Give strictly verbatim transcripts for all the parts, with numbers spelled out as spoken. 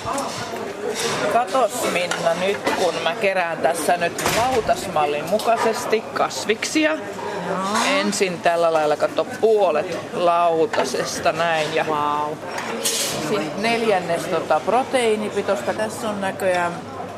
Katos Minna nyt, kun mä kerään tässä nyt lautasmallin mukaisesti kasviksia. No. Ensin tällä lailla kato puolet lautasesta näin ja wow. Sitten neljännes tota proteiinipitoista. Tässä on näköjään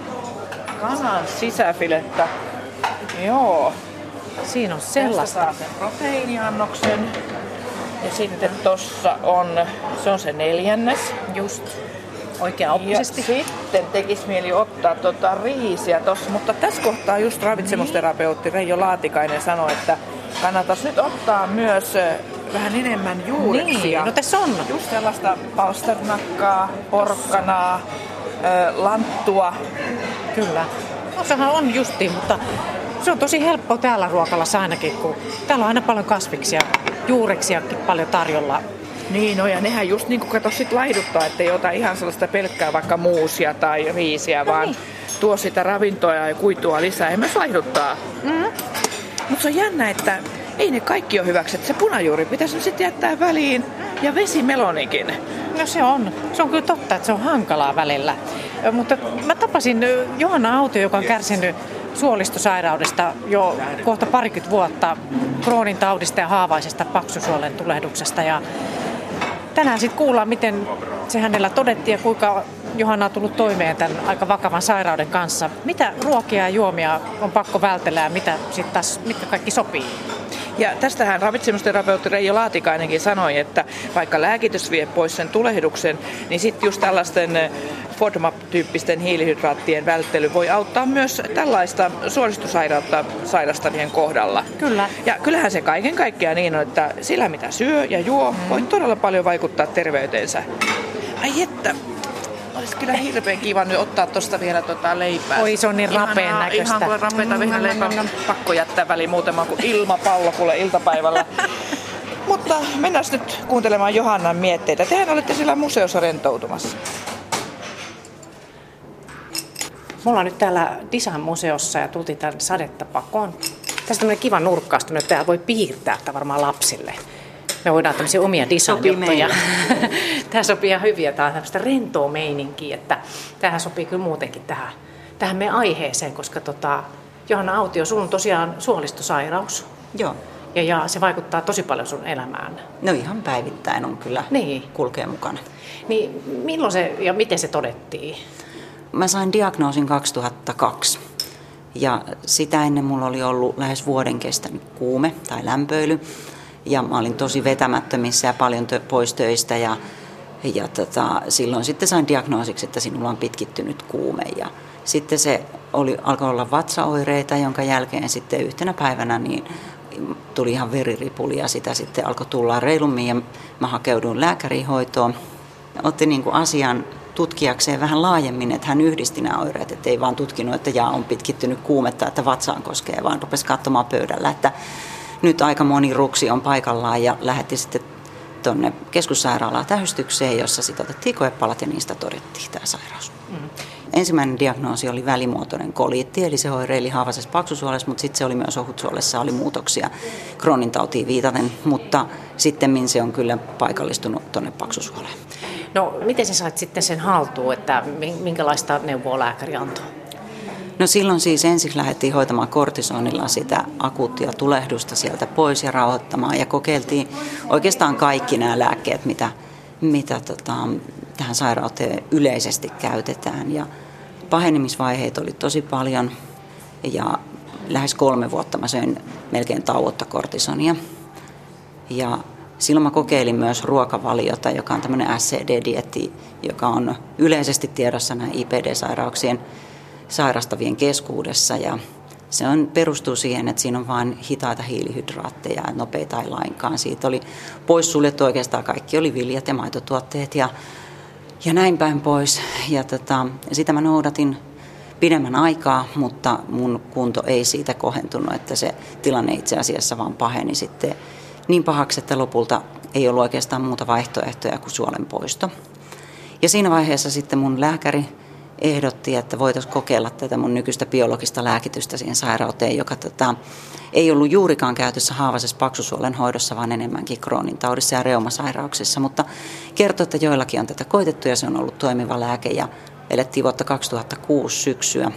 kanan sisäfilettä. Joo. Siinä on sellaista. Tästä saa sen proteiiniannoksen. Ja sitten tossa on, se on se neljännes. Just. Oikeaoppisesti. Ja sitten tekisi mieli ottaa tota riisiä tossa, mutta tässä kohtaa just ravitsemusterapeutti Reijo Laatikainen sanoi, että kannattaisi nyt ottaa myös vähän enemmän juureksia. Niin, no tässä on. Just sellaista palsternakkaa, porkkanaa, lanttua. Kyllä. No sehän on justiin, mutta se on tosi helppo täällä ruokalassa ainakin, kun täällä on aina paljon kasviksia, juureksiakin paljon tarjolla. Niin, no ja nehän just niin kuin kato sit laihduttaa, ettei ota ihan sellaista pelkkää vaikka muusia tai riisiä, no vaan niin. Tuo sitä ravintoa ja kuitua lisää ja myös laihduttaa. Mm-hmm. Mutta se on jännä, että ei ne kaikki ole hyväksi, että se punajuuri pitäisi nyt sitten jättää väliin ja vesimelonikin. No se on. Se on kyllä totta, että se on hankalaa välillä. Mutta mä tapasin Johanna Autio, joka on kärsinyt suolistosairaudesta jo kohta parikymmentä vuotta, Crohnin taudista ja haavaisesta paksusuolen tulehduksesta. Ja tänään sitten kuullaan, miten se hänellä todettiin ja kuinka Johanna on tullut toimeen tämän aika vakavan sairauden kanssa. Mitä ruokia ja juomia on pakko vältellä ja mitä sit taas, mitkä kaikki sopii? Ja tästähän ravitsemusterapeutti Reijo Laatikainenkin sanoi, että vaikka lääkitys vie pois sen tulehduksen, niin sitten just tällaisten FODMAP-tyyppisten hiilihydraattien välttely voi auttaa myös tällaista suolistosairautta sairastavien kohdalla. Kyllä. Ja kyllähän se kaiken kaikkiaan niin on, että sillä mitä syö ja juo, mm. voi todella paljon vaikuttaa terveyteensä. Ai että, olisi kyllä hirveän kiva nyt ottaa tuosta vielä tota leipää. Oi, se on niin rapeen näköistä. Ihan kuin rapeita mm, vähän leipää. Mm, pakko jättää väliin muutama kuin ilmapallo kuule iltapäivällä. Mutta mennään nyt kuuntelemaan Johannan mietteitä. Tehän olette siellä museossa rentoutumassa. Me ollaan nyt täällä Disan museossa ja tultiin tänne sadetta pakoon. Tässä on tämmöinen kiva nurkkaastunut, että täällä voi piirtää tämä varmaan lapsille. Me voidaan tämmöisiä omia design-juttuja. Tämä sopii ihan hyvin ja tämä on tämmöistä rentoa meininkiä, että tämähän sopii kyllä muutenkin tähän, tähän meidän aiheeseen, koska tota, Johanna Autio, sun on tosiaan suolistosairaus. Joo. Ja, ja se vaikuttaa tosi paljon sun elämään. No ihan päivittäin on kyllä niin. Kulkee mukana. Niin milloin se ja miten se todettiin? Mä sain diagnoosin kaksituhattakaksi ja sitä ennen mulla oli ollut lähes vuoden kestänyt kuume tai lämpöily. Ja mä olin tosi vetämättömissä ja paljon tö- pois töistä ja, ja tota, silloin sitten sain diagnoosiksi, että sinulla on pitkittynyt kuume. Ja sitten se oli, alkoi olla vatsaoireita, jonka jälkeen sitten yhtenä päivänä niin tuli ihan veriripuli ja sitä sitten alkoi tulla reilummin ja mä hakeuduin lääkärihoitoon. Otti niin kuin asian tutkijakseen vähän laajemmin, että hän yhdisti nämä oireet, että ei vaan tutkinut, että jaa on pitkittynyt kuumetta, että vatsaan koskee, vaan rupesi katsomaan pöydällä, että nyt aika moni ruksi on paikallaan ja lähetti sitten tuonne keskussairaalaan tähystykseen, jossa sitten otettiin koepalat ja niistä todettiin tämä sairaus. Mm. Ensimmäinen diagnoosi oli välimuotoinen koliitti, eli se oireili haavaisessa paksusuolessa, mutta sitten se oli myös ohutsuolessa, oli muutoksia Crohnin tautiin viitaten, mutta sitten se on kyllä paikallistunut tuonne paksusuoleen. No miten sä sait sitten sen haltuun, että minkälaista neuvoa lääkäri antoi? No silloin siis ensin lähdettiin hoitamaan kortisonilla sitä akuuttia tulehdusta sieltä pois ja rauhoittamaan ja kokeiltiin oikeastaan kaikki nämä lääkkeet, mitä, mitä tota, tähän sairauteen yleisesti käytetään. Ja pahenemisvaiheet oli tosi paljon ja lähes kolme vuotta mä söin melkein tauotta kortisonia. Ja silloin mä kokeilin myös ruokavaliota, joka on tämmöinen S C D-dieetti, joka on yleisesti tiedossa näin I B D-sairauksien sairastavien keskuudessa ja se on, perustuu siihen, että siinä on vain hitaita hiilihydraatteja, nopeita ei lainkaan. Siitä oli poissuljettu oikeastaan kaikki, oli viljat ja maitotuotteet ja, ja näin päin pois. Ja tota, sitä mä noudatin pidemmän aikaa, mutta mun kunto ei siitä kohentunut, että se tilanne itse asiassa vaan paheni sitten niin pahaksi, että lopulta ei ollut oikeastaan muuta vaihtoehtoja kuin suolen poisto. Ja siinä vaiheessa sitten mun lääkäri ehdotti, että voitaisiin kokeilla tätä mun nykyistä biologista lääkitystä siihen sairauteen, joka tota, ei ollut juurikaan käytössä haavaisessa paksusuolen hoidossa, vaan enemmänkin Crohnin taudissa ja reumasairauksissa. Mutta kertoi, että joillakin on tätä koitettu ja se on ollut toimiva lääke ja elettiin vuotta kaksituhattakuusi syksyä.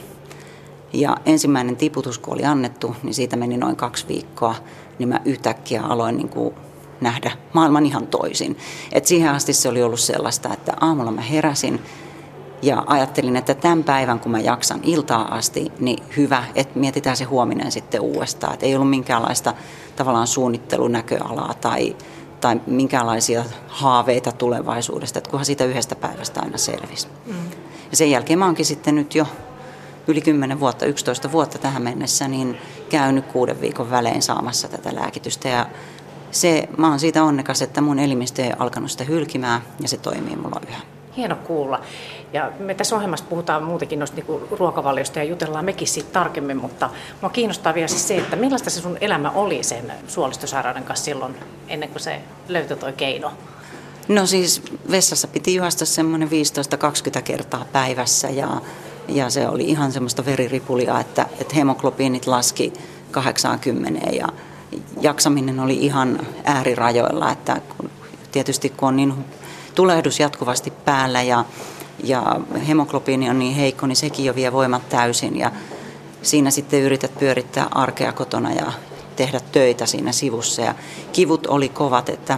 Ja ensimmäinen tiputus, kun oli annettu, niin siitä meni noin kaksi viikkoa, niin mä yhtäkkiä aloin niin kuin nähdä maailman ihan toisin. Et siihen asti se oli ollut sellaista, että aamulla mä heräsin ja ajattelin, että tämän päivän, kun mä jaksan iltaa asti, niin hyvä, että mietitään se huominen sitten uudestaan. Et ei ollut minkäänlaista tavallaan suunnittelunäköalaa tai, tai minkäänlaisia haaveita tulevaisuudesta, että kunhan siitä yhdestä päivästä aina selvisi. Mm. Ja sen jälkeen mä oonkin sitten nyt jo yli kymmenen vuotta, yksitoista vuotta tähän mennessä, niin käynyt kuuden viikon välein saamassa tätä lääkitystä. Ja se, mä oon siitä onnekas, että mun elimistö ei alkanut sitä hylkimään ja se toimii mulla yhä. Hieno kuulla. Ja me tässä ohjelmassa puhutaan muutenkin noista niin kuin ruokavaliosta ja jutellaan mekin siitä tarkemmin, mutta mua kiinnostaa vielä siis se, että millaista se sun elämä oli sen suolistosairauden kanssa silloin, ennen kuin se löytyi toi keino? No siis vessassa piti juosta semmoinen viisitoista kaksikymmentä kertaa päivässä ja, ja se oli ihan semmoista veriripulia, että, että hemoglobiinit laski kahdeksankymmentä ja jaksaminen oli ihan äärirajoilla, että kun, tietysti kun on niin tulehdus jatkuvasti päällä ja, ja hemoglobiini on niin heikko, niin sekin jo vie voimat täysin ja siinä sitten yrität pyörittää arkea kotona ja tehdä töitä siinä sivussa ja kivut oli kovat, että,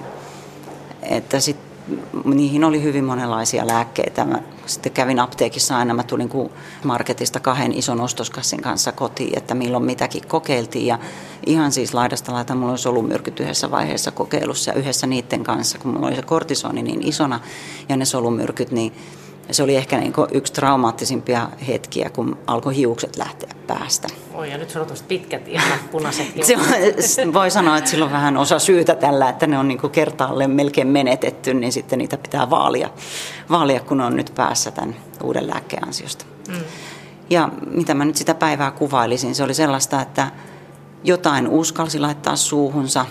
että sit, niihin oli hyvin monenlaisia lääkkeitä. Mä sitten kävin apteekissa aina, mä tulin marketista kahden ison ostoskassin kanssa kotiin, että milloin mitäkin kokeiltiin ja ihan siis laidasta laita mulla olisi ollut myrkyt yhdessä vaiheessa kokeilussa ja yhdessä niiden kanssa, kun mulla oli se kortisoni niin isona ja ne solumyrkyt, niin se oli ehkä niin kuin yksi traumaattisimpia hetkiä, kun alkoi hiukset lähteä päästä. Oi, ja nyt sulla on tuosta pitkät, ihan punaiset hiukset. Voi sanoa, että sillä on vähän osa syytä tällä, että ne on niin kuin kertaalleen melkein menetetty, niin sitten niitä pitää vaalia, vaalia kun on nyt päässä tämän uuden lääkkeen ansiosta. Mm. Ja mitä mä nyt sitä päivää kuvailisin, se oli sellaista, että jotain uskalsi laittaa suuhunsa,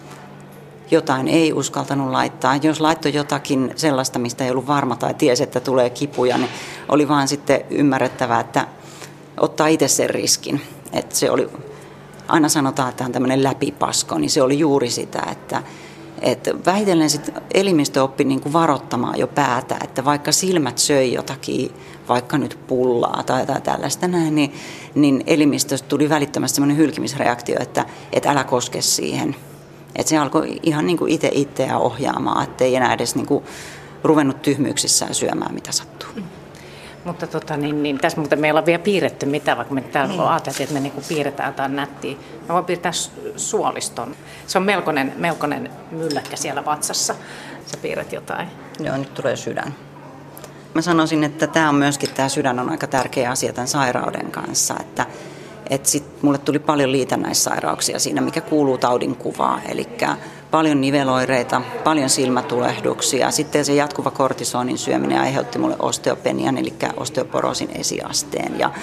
jotain ei uskaltanut laittaa. Jos laittoi jotakin sellaista, mistä ei ollut varma tai tiesi, että tulee kipuja, niin oli vaan sitten ymmärrettävää, että ottaa itse sen riskin. Että se oli, aina sanotaan, että on tämmöinen läpipasko, niin se oli juuri sitä, että, että vähitellen sitten elimistö oppi niin kuin varoittamaan jo päätä, että vaikka silmät söi jotakin, vaikka nyt pullaa tai, tai tällaista näin, niin, niin elimistöstä tuli välittömästi semmoinen hylkimisreaktio, että, että älä koske siihen. Että se alkoi ihan niin kuin itse itseään ohjaamaan, ettei enää edes niin kuin ruvennut tyhmyyksissään syömään, mitä sattuu. Mm. Mutta tota, niin, niin, tässä muuten meillä on vielä piirretty mitä, vaikka me täällä niin. ajateltiin, että me niin kuin piirretään jotain nättiä. Me voin piirtää suoliston. Se on melkoinen, melkoinen mylläkkä siellä vatsassa. Sä piirret jotain. Joo, nyt tulee sydän. Mä sanoisin, että tämä on myöskin, tämä sydän on aika tärkeä asia tämän sairauden kanssa, että Että sitten mulle tuli paljon liitännäissairauksia siinä, mikä kuuluu taudin kuvaan. Eli paljon niveloireita, paljon silmätulehduksia. Sitten se jatkuva kortisonin syöminen aiheutti mulle osteopenian, eli osteoporoosin esiasteen. Ja,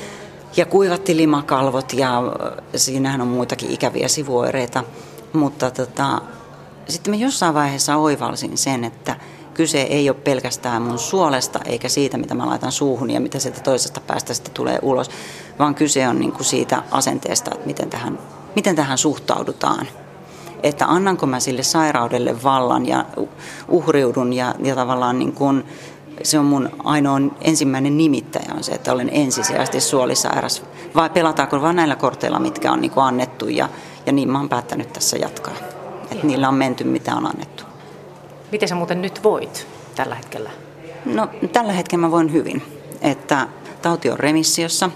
ja kuivatti limakalvot ja siinähän on muitakin ikäviä sivuoireita. Mutta tota, sitten mä jossain vaiheessa oivalsin sen, että kyse ei ole pelkästään mun suolesta eikä siitä, mitä mä laitan suuhun ja mitä sieltä toisesta päästä sitten tulee ulos, vaan kyse on niin kuin siitä asenteesta, että miten tähän, miten tähän suhtaudutaan. Että annanko mä sille sairaudelle vallan ja uhriudun ja, ja tavallaan niin kuin, se on mun ainoa ensimmäinen nimittäjä on se, että olen ensisijaisesti suolisairas. Vai pelataanko vaan näillä korteilla, mitkä on niin kuin annettu ja, ja niin mä oon päättänyt tässä jatkaa. Että niillä on menty, mitä on annettu. Miten sä muuten nyt voit tällä hetkellä? No tällä hetkellä mä voin hyvin, että tauti on remissiossa,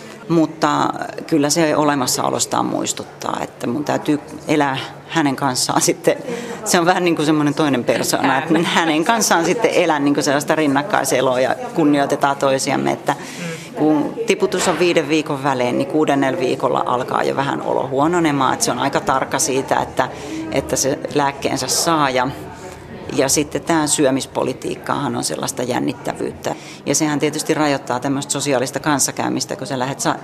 mutta kyllä se olemassaolostaan muistuttaa, että mun täytyy elää hänen kanssaan sitten, se on vähän niin kuin semmoinen toinen persoona, että hänen kanssaan sitten elän niin kuin sellaista rinnakkaiseloa ja kunnioitetaan toisiamme, että kun tiputus on viiden viikon välein, niin kuudennella viikolla alkaa jo vähän olo huononemaan, että se on aika tarkka siitä, että, että se lääkkeensä saa ja Ja sitten tämä syömispolitiikkaahan on sellaista jännittävyyttä. Ja sehän tietysti rajoittaa tämmöistä sosiaalista kanssakäymistä, kun sä lähdet sa-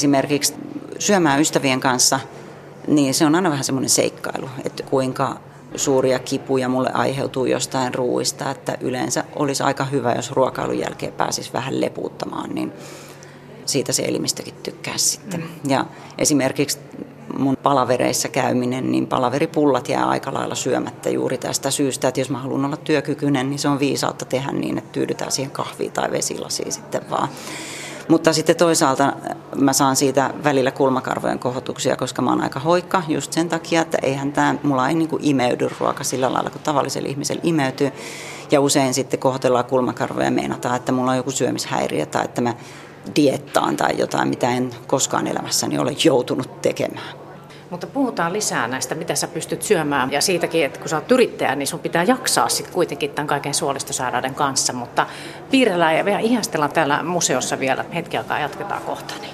esimerkiksi syömään ystävien kanssa, niin se on aina vähän semmoinen seikkailu, että kuinka suuria kipuja mulle aiheutuu jostain ruuista, että yleensä olisi aika hyvä, jos ruokailun jälkeen pääsisi vähän lepuuttamaan, niin siitä se elimistökin tykkää sitten. Mm. Ja esimerkiksi mun palavereissa käyminen, niin palaveripullat jää aika lailla syömättä juuri tästä syystä, että jos mä haluan olla työkykyinen, niin se on viisautta tehdä niin, että tyydytään siihen kahviin tai vesilasiin sitten vaan. Mutta sitten toisaalta mä saan siitä välillä kulmakarvojen kohotuksia, koska mä oon aika hoikka just sen takia, että eihän tää, mulla ei niinku imeydy ruoka sillä lailla, kun tavallisella ihmisellä imeytyy. Ja usein sitten kohotellaan kulmakarvoja ja meinataan, että mulla on joku syömishäiriö tai että mä dieettaan tai jotain, mitä en koskaan elämässäni ole joutunut tekemään. Mutta puhutaan lisää näistä, mitä sä pystyt syömään ja siitäkin, että kun sä oot yrittäjä, niin sun pitää jaksaa sitten kuitenkin tämän kaiken suolistosairauden kanssa. Mutta piirrellään ja vielä ihastellaan täällä museossa vielä hetki aikaa, jatketaan kohta. Niin.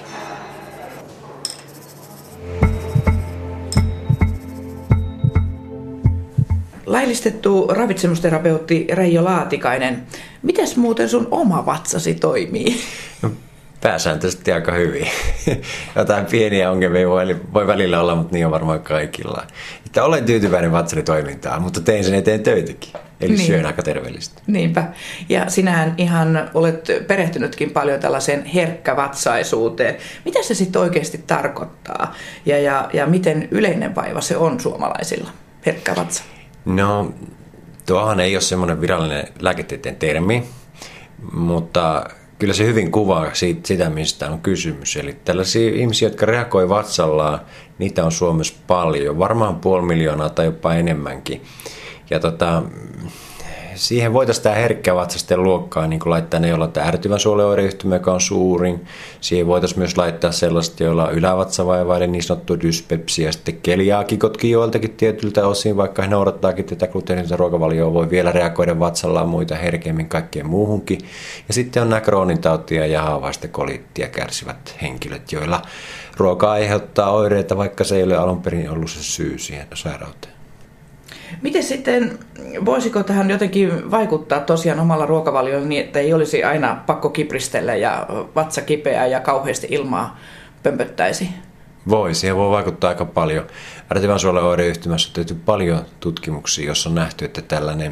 Laillistettu ravitsemusterapeutti Reijo Laatikainen, mites muuten sun oma vatsasi toimii? No, pääsääntöisesti aika hyvin. Jotain pieniä ongelmia voi, voi välillä olla, mutta niin on varmaan kaikilla. Että olen tyytyväinen vatsani toimintaan, mutta tein sen eteen töitäkin. Eli niin. Syön aika terveellisesti. Niinpä. Ja sinähän ihan olet perehtynytkin paljon tällaiseen herkkävatsaisuuteen. Mitä se sitten oikeasti tarkoittaa? Ja, ja, ja miten yleinen vaiva se on suomalaisilla, herkkä vatsa? No, tuohan ei ole semmoinen virallinen lääketieteen termi, mutta kyllä se hyvin kuvaa siitä, sitä, mistä on kysymys. Eli tällaisia ihmisiä, jotka reagoi vatsallaan, niitä on Suomessa paljon, varmaan puoli miljoonaa tai jopa enemmänkin. Ja tota, siihen voitaisiin tämä herkkä vatsasten luokkaa niin laittaa ne, joilla on tämä ärtyvän suolen oireyhtymä, joka on suurin. Siihen voitaisiin myös laittaa sellaiset, joilla on ylävatsavaivaiden niin sanottu dyspepsia ja sitten keliaakikotkin joiltakin tietyltä osin, vaikka he noudattaakin tätä gluteenista ruokavalioa, voi vielä reagoida vatsallaan muita herkemmin kaikkeen muuhunkin. Ja sitten on nämä Crohnin tautia ja haavaista koliittia kärsivät henkilöt, joilla ruoka aiheuttaa oireita, vaikka se ei ole alun perin ollut se syy siihen sairauteen. Miten sitten, voisiko tähän jotenkin vaikuttaa tosiaan omalla ruokavaliolla niin, että ei olisi aina pakko kipristellä ja vatsa kipeää ja kauheasti ilmaa pömpöttäisi? Voi, siihen voi vaikuttaa aika paljon. Ärtyvän suolen oireyhtymässä on tehty paljon tutkimuksia, joissa on nähty, että tällainen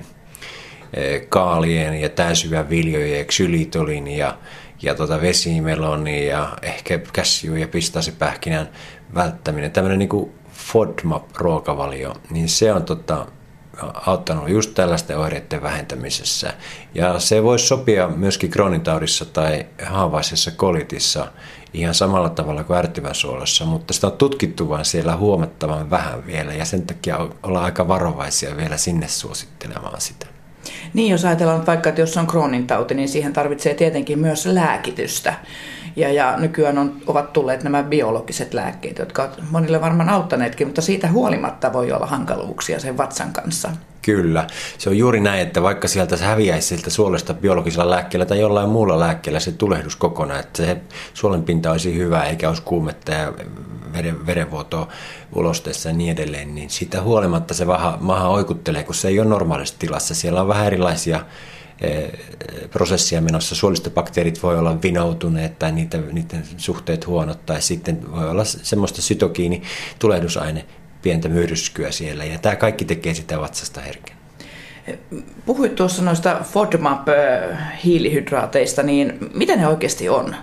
kaalien ja täysyvän viljojen ksylitolin ja, ja tota vesimeloni ja ehkä käsju ja pistasipähkinän välttäminen, tämmöinen niin kuin FODMAP-ruokavalio, niin se on tota, auttanut just tällaisten oireiden vähentämisessä. Ja se voisi sopia myöskin Crohnin taudissa tai haavaisessa kolitissa ihan samalla tavalla kuin ärtyvän suolessa, mutta sitä on tutkittu vain siellä huomattavan vähän vielä ja sen takia ollaan aika varovaisia vielä sinne suosittelemaan sitä. Niin, jos ajatellaan nyt vaikka, että jos on Crohnin tauti, niin siihen tarvitsee tietenkin myös lääkitystä. Ja, ja nykyään on, ovat tulleet nämä biologiset lääkkeet, jotka ovat monille varmaan auttaneetkin, mutta siitä huolimatta voi olla hankaluuksia sen vatsan kanssa. Kyllä. Se on juuri näin, että vaikka sieltä se häviäisi siltä suolesta biologisella lääkkeellä tai jollain muulla lääkkeellä se tulehdus kokonaan, että se suolenpinta olisi hyvä eikä olisi kuumetta ja veren, verenvuotoa ulosteessa ja niin edelleen, niin siitä huolimatta se maha, maha oikuttelee, kun se ei ole normaalissa tilassa. Siellä on vähän erilaisia prosessia menossa. Suolistobakteerit voi olla vinoutuneet tai niitä, niiden suhteet huonot tai sitten voi olla semmoista sytokiinitulehdusaine, pientä myrskyä siellä ja tämä kaikki tekee sitä vatsasta herkän. Puhuit tuossa noista FODMAP-hiilihydraateista, niin mitä ne oikeasti on?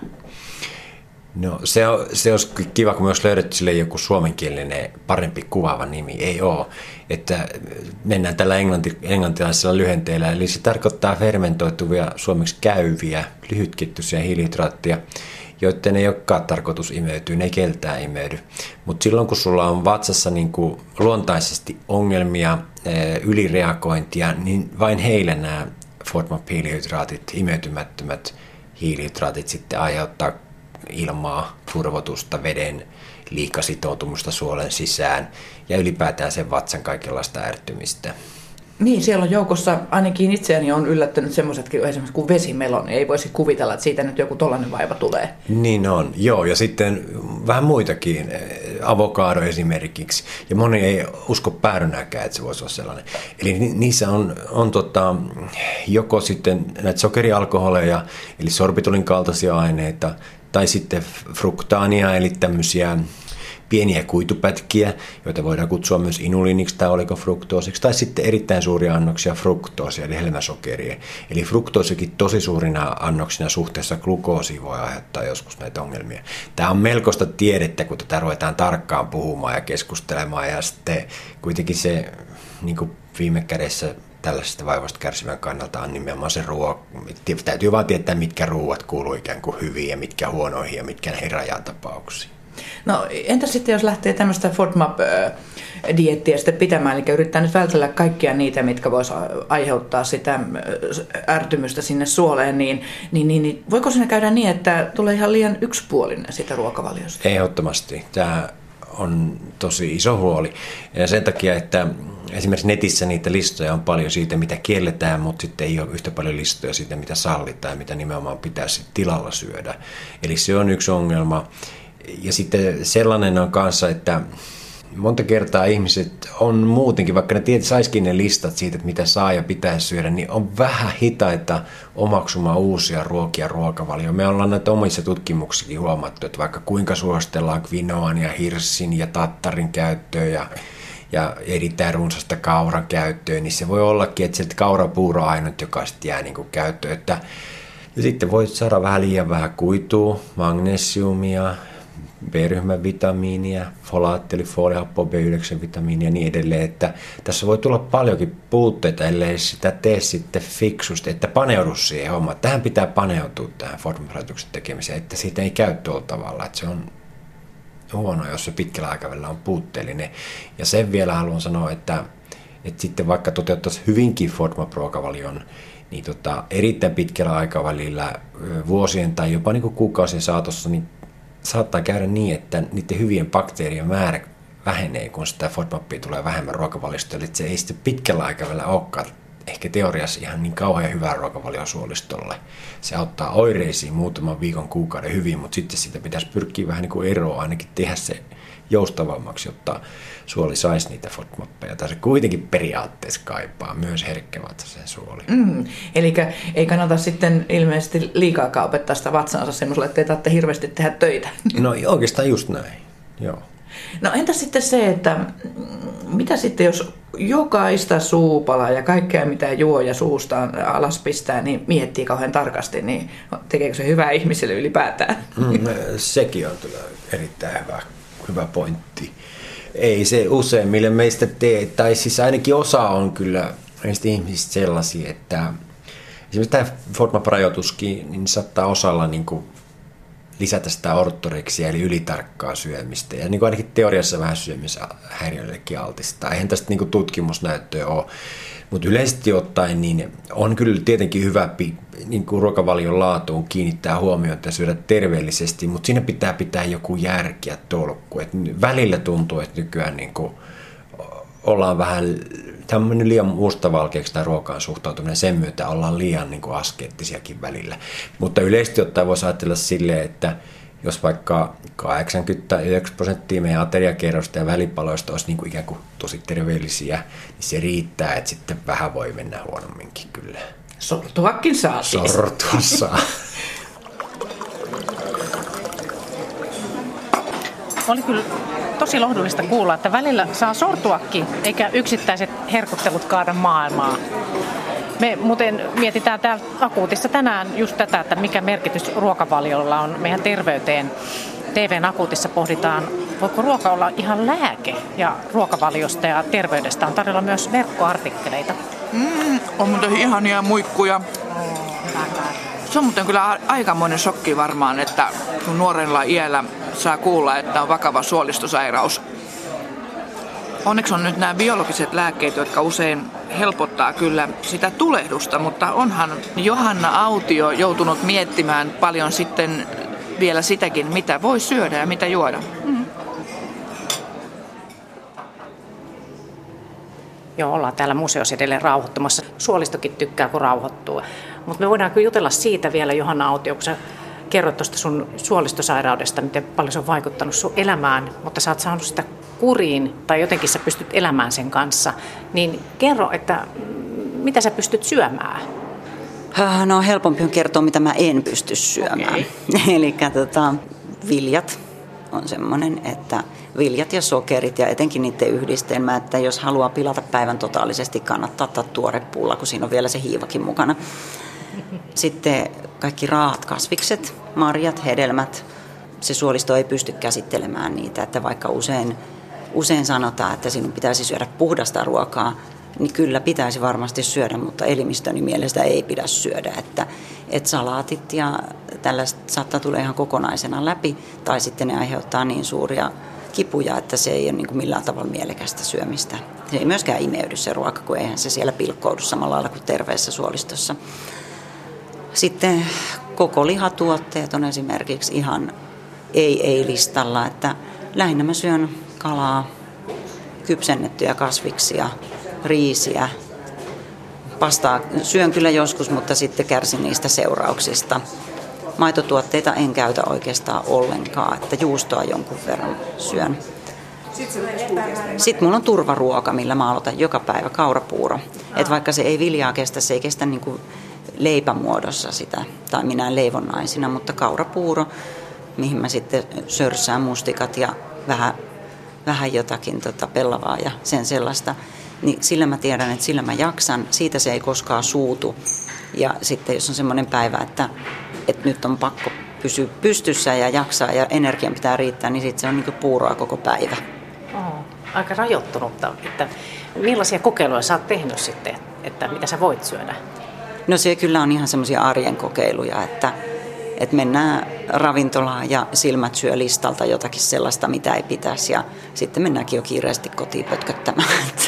No se, on, se olisi kiva, kun myös löydetty sille joku suomenkielinen parempi kuvaava nimi. Ei ole. Että mennään tällä englanti, englantilaisella lyhenteellä. Eli se tarkoittaa fermentoituvia suomeksi käyviä, lyhytketjuisia hiilihydraatteja, joiden ei olekaan tarkoitus imeytyä, ne ei keltään imeydy. Mutta silloin kun sulla on vatsassa niin kuin luontaisesti ongelmia, ylireagointia, niin vain heille nämä FODMAP-hiilihydraatit, imeytymättömät hiilihydraatit sitten aiheuttaa ilmaa, turvotusta, veden liikasitoutumusta suolen sisään ja ylipäätään sen vatsan kaikenlaista ärtymistä. Niin, siellä on joukossa, ainakin itseäni on yllättänyt semmoisetkin, esimerkiksi kuin vesimeloni. Ei voisi kuvitella, että siitä nyt joku tollainen vaiva tulee. Niin on, joo. Ja sitten vähän muitakin, avokado esimerkiksi. Ja moni ei usko päärynääkään, että se voisi olla sellainen. Eli niissä on, on tota, joko sitten näitä sokerialkoholeja, eli sorbitolin kaltaisia aineita, tai sitten fruktaania, eli tämmöisiä pieniä kuitupätkiä, joita voidaan kutsua myös inuliiniksi tai oligofruktoosiksi, tai sitten erittäin suuria annoksia fruktoosia, eli helmäsokeria. Eli fruktoosikin tosi suurina annoksina suhteessa glukoosiin voi aiheuttaa joskus näitä ongelmia. Tämä on melkoista tiedettä, kun tätä ruvetaan tarkkaan puhumaan ja keskustelemaan, ja sitten kuitenkin se niin kuin viime kädessä tällaisesta vaivoista kärsivän kannalta on nimenomaan se ruoka. Täytyy vaan tietää, mitkä ruuat kuuluu ikään kuin hyviin ja mitkä huonoihin ja mitkä näihin rajatapauksiin. No entä sitten, jos lähtee tämmöistä FODMAP-dieettiä sitten pitämään, eli yrittää nyt vältellä kaikkia niitä, mitkä vois aiheuttaa sitä ärtymystä sinne suoleen, niin, niin, niin, niin voiko siinä käydä niin, että tulee ihan liian yksipuolinen sitä ruokavaliosta? Ehdottomasti. Tämä on tosi iso huoli. Ja sen takia, että esimerkiksi netissä niitä listoja on paljon siitä, mitä kielletään, mutta sitten ei ole yhtä paljon listoja siitä, mitä sallitaan ja mitä nimenomaan pitäisi tilalla syödä. Eli se on yksi ongelma. Ja sitten sellainen on kanssa, että monta kertaa ihmiset on muutenkin, vaikka ne tiedät, saisikin ne listat siitä, että mitä saa ja pitäisi syödä, niin on vähän hitaita omaksumaan uusia ruokia ruokavalioon. Me ollaan näitä omissa tutkimuksissakin huomattu, että vaikka kuinka suositellaan quinoan ja hirssin ja tattarin käyttöön ja, ja erittäin runsasta kauran käyttöön, niin se voi ollakin, että sieltä kaurapuuro on ainut, joka sitten jää niin kuin käyttöön. Että, ja sitten voi saada vähän liian vähän kuitua, magnesiumia, B-ryhmän vitamiinia, folaatti, eli foolihappoa, B yhdeksän vitamiinia ja niin edelleen, että tässä voi tulla paljonkin puutteita, ellei sitä tee sitten fiksusti, että paneudu siihen hommaan. Tähän pitää paneutua tähän FODMAP-rajoituksen tekemiseen, että siitä ei käy tuolla tavalla, että se on huono, jos se pitkällä aikavälillä on puutteellinen. Ja sen vielä haluan sanoa, että, että sitten vaikka toteuttaisi hyvinkin FODMAP-ruokavalion, niin tota, erittäin pitkällä aikavälillä vuosien tai jopa niin kuin kuukausien saatossa, niin saattaa käydä niin, että niiden hyvien bakteerien määrä vähenee, kun sitä FODMAPia tulee vähemmän ruokavaliosta. Eli se ei sitten pitkällä aikavälillä olekaan ehkä teoriassa ihan niin kauhean hyvää ruokavaliosuolistolle. Se auttaa oireisiin muutaman viikon kuukauden hyvin, mutta sitten sitä pitäisi pyrkiä vähän niin kuin eroa, ainakin tehdä se joustavammaksi, jotta suoli saisi niitä FODMAPeja. Tai se kuitenkin periaatteessa kaipaa myös herkkävatsaisen suoli. Mm, eli ei kannata sitten ilmeisesti liikaa kaupettaa sitä vatsaansa semmoiselle, että ei tarvitse hirveästi tehdä töitä. No oikeastaan just näin, joo. No entä sitten se, että mitä sitten jos jokaista suupalaa ja kaikkea mitä juo ja suustaan alas pistää, niin miettii kauhean tarkasti, niin tekeekö se hyvää ihmiselle ylipäätään? Mm, sekin on kyllä erittäin hyvä, hyvä pointti. Ei se useimmille meistä tee, tai siis ainakin osa on kyllä meistä ihmisistä sellaisia, että esimerkiksi tämä FODMAP-rajoituskin niin saattaa osalla niin kuin lisätä sitä ortoreksia eli ylitarkkaa syömistä ja niin kuin ainakin teoriassa vähän syömishäiriöillekin altistaa. Eihän tästä niin kuin tutkimusnäyttöä ole, mutta yleisesti ottaen niin on kyllä tietenkin hyvä niin kuin ruokavalion laatuun kiinnittää huomiota ja syödä terveellisesti, mutta siinä pitää pitää joku järki ja tolkku. Et välillä tuntuu, että nykyään niin kuin ollaan vähän tämmöinen liian mustavalkeaksi tämä ruokaan suhtautuminen, sen myötä ollaan liian niin kuin askeettisiakin välillä. Mutta yleisesti ottaen voisi ajatella silleen, että jos vaikka kahdeksankymmentäyhdeksän prosenttia meidän ateriakerrosta ja välipaloista olisi niin kuin ikään kuin tosi terveellisiä, niin se riittää, että sitten vähän voi mennä huonomminkin kyllä. Sortuakin saa siis. Sortua saa. Oli kyllä tosi lohdullista kuulla, että välillä saa sortuakin, eikä yksittäiset herkuttelut kaada maailmaa. Me muuten mietitään täällä Akuutissa tänään just tätä, että mikä merkitys ruokavaliolla on meidän terveyteen. T V:n Akuutissa pohditaan, voiko ruoka olla ihan lääke, ja ruokavaliosta ja terveydestä on tarjolla myös verkkoartikkeleita. Mm, on muuten ihania muikkuja. Se on muuten kyllä aikamoinen shokki varmaan, että kun nuorella iällä saa kuulla, että on vakava suolistosairaus. Onneksi on nyt nämä biologiset lääkkeet, jotka usein helpottaa kyllä sitä tulehdusta, mutta onhan Johanna Autio joutunut miettimään paljon sitten vielä sitäkin, mitä voi syödä ja mitä juoda. Mm. Joo, ollaan täällä museossa edelleen rauhoittumassa. Suolistokin tykkää, kun rauhoittuu. Mutta me voidaan kyllä jutella siitä vielä, Johanna Autio, kun sä kerrot tuosta sun suolistosairaudesta, miten paljon se on vaikuttanut sun elämään, mutta sä oot saanut sitä kuriin, tai jotenkin sä pystyt elämään sen kanssa. Niin kerro, että mitä sä pystyt syömään? No helpompi on kertoa, mitä mä en pysty syömään. Okay. Eli tota, viljat on semmoinen, että viljat ja sokerit ja etenkin niiden yhdistelmä, että jos haluaa pilata päivän totaalisesti, kannattaa ottaa tuorepulla, kun siinä on vielä se hiivakin mukana. Sitten kaikki raahat kasvikset, marjat, hedelmät, se suolisto ei pysty käsittelemään niitä, että vaikka usein, usein sanotaan, että sinun pitäisi syödä puhdasta ruokaa, niin kyllä pitäisi varmasti syödä, mutta elimistöni mielestä ei pidä syödä, että, että salaatit ja tällaiset saattaa tulla ihan kokonaisena läpi, tai sitten ne aiheuttaa niin suuria kipuja, että se ei ole niin kuin millään tavalla mielekästä syömistä. Se ei myöskään imeydy se ruoka, kun eihän se siellä pilkkoudu samalla lailla kuin terveessä suolistossa. Sitten koko lihatuotteet on esimerkiksi ihan ei-ei-listalla, että lähinnä mä syön kalaa, kypsennettyjä kasviksia, riisiä. Pastaa syön kyllä joskus, mutta sitten kärsin niistä seurauksista. Maitotuotteita en käytä oikeastaan ollenkaan, että juustoa jonkun verran syön. Sitten mulla on turvaruoka, millä mä aloitan joka päivä, kaurapuuro. Että vaikka se ei viljaa kestä, se ei kestä niin kuin leipämuodossa sitä, tai minä leivonnaisina, mutta kaurapuuro, mihin mä sitten sörsään mustikat ja vähän, vähän jotakin tota pellavaa ja sen sellaista, niin sillä mä tiedän, että sillä mä jaksan, siitä se ei koskaan suutu. Ja sitten jos on semmoinen päivä, että, että nyt on pakko pysyä pystyssä ja jaksaa ja energian pitää riittää, niin sitten se on niin kuin puuroa koko päivä. Oh, aika rajoittunutta. Että millaisia kokeiluja sä oot tehnyt sitten, että mitä sä voit syödä? No se kyllä on ihan semmoisia arjen kokeiluja, että, että mennään ravintolaan ja silmät syö listalta jotakin sellaista, mitä ei pitäisi. Ja sitten mennäänkin jo kiireesti kotiin pötköttämään.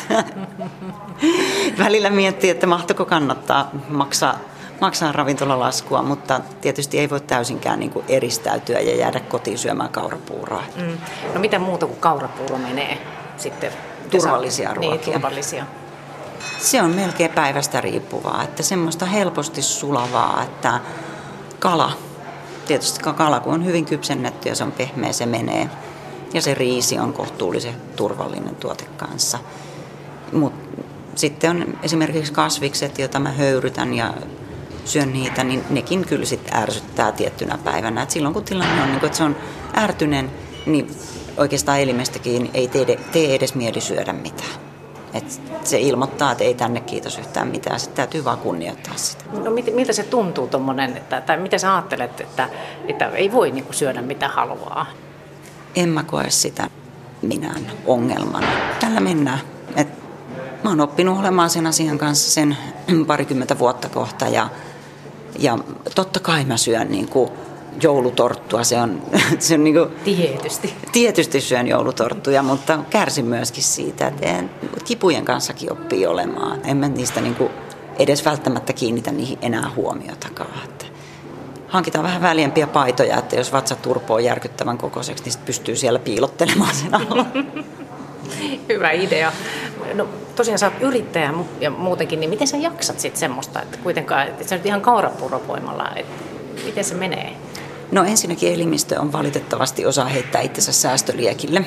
Välillä miettii, että mahtoiko kannattaa maksaa, maksaa ravintolalaskua, mutta tietysti ei voi täysinkään niin kuin eristäytyä ja jäädä kotiin syömään kaurapuuroa. Mm. No mitä muuta kuin kaurapuuro menee sitten? Turvallisia ruokia. Niin, turvallisia. Se on melkein päivästä riippuvaa, että semmoista helposti sulavaa, että kala, tietysti kala kun on hyvin kypsennetty ja se on pehmeä, se menee. Ja se riisi on kohtuullisen turvallinen tuote kanssa. Mutta sitten on esimerkiksi kasvikset, joita mä höyrytän ja syön niitä, niin nekin kyllä sitten ärsyttää tiettynä päivänä. Et silloin kun tilanne on, niin kun, että se on ärtynen, niin oikeastaan elimestäkin ei tee, tee edes mieli syödä mitään. Et se ilmoittaa, että ei tänne kiitos yhtään mitään. Sitten täytyy vaan kunnioittaa sitä. No miltä se tuntuu tommonen, että, tai mitä sä ajattelet, että, että ei voi niinku syödä mitä haluaa? En mä koe sitä minään ongelmana. Tällä mennään. Et mä oon oppinut olemaan sen asian kanssa sen parikymmentä vuotta kohta. Ja, ja totta kai mä syön niinku joulutorttua. Se on, se on niinku, tietysti. Tietysti syön joulutorttuja, mutta kärsin myöskin siitä, että en, kipujen kanssakin oppii olemaan. En mä niistä niinku edes välttämättä kiinnitä niihin enää huomiotakaan. Että hankitaan vähän väljempiä paitoja, että jos vatsa turpoo järkyttävän kokoiseksi, niin sit pystyy siellä piilottelemaan sen alla. Hyvä idea. No tosiaan sä oot yrittäjä ja muutenkin, niin miten sä jaksat sitten semmoista, että kuitenkaan, että sä nyt ihan kaurapuurovoimalla, että miten se menee? No ensinnäkin elimistö on valitettavasti osa heittää itsensä säästöliekille.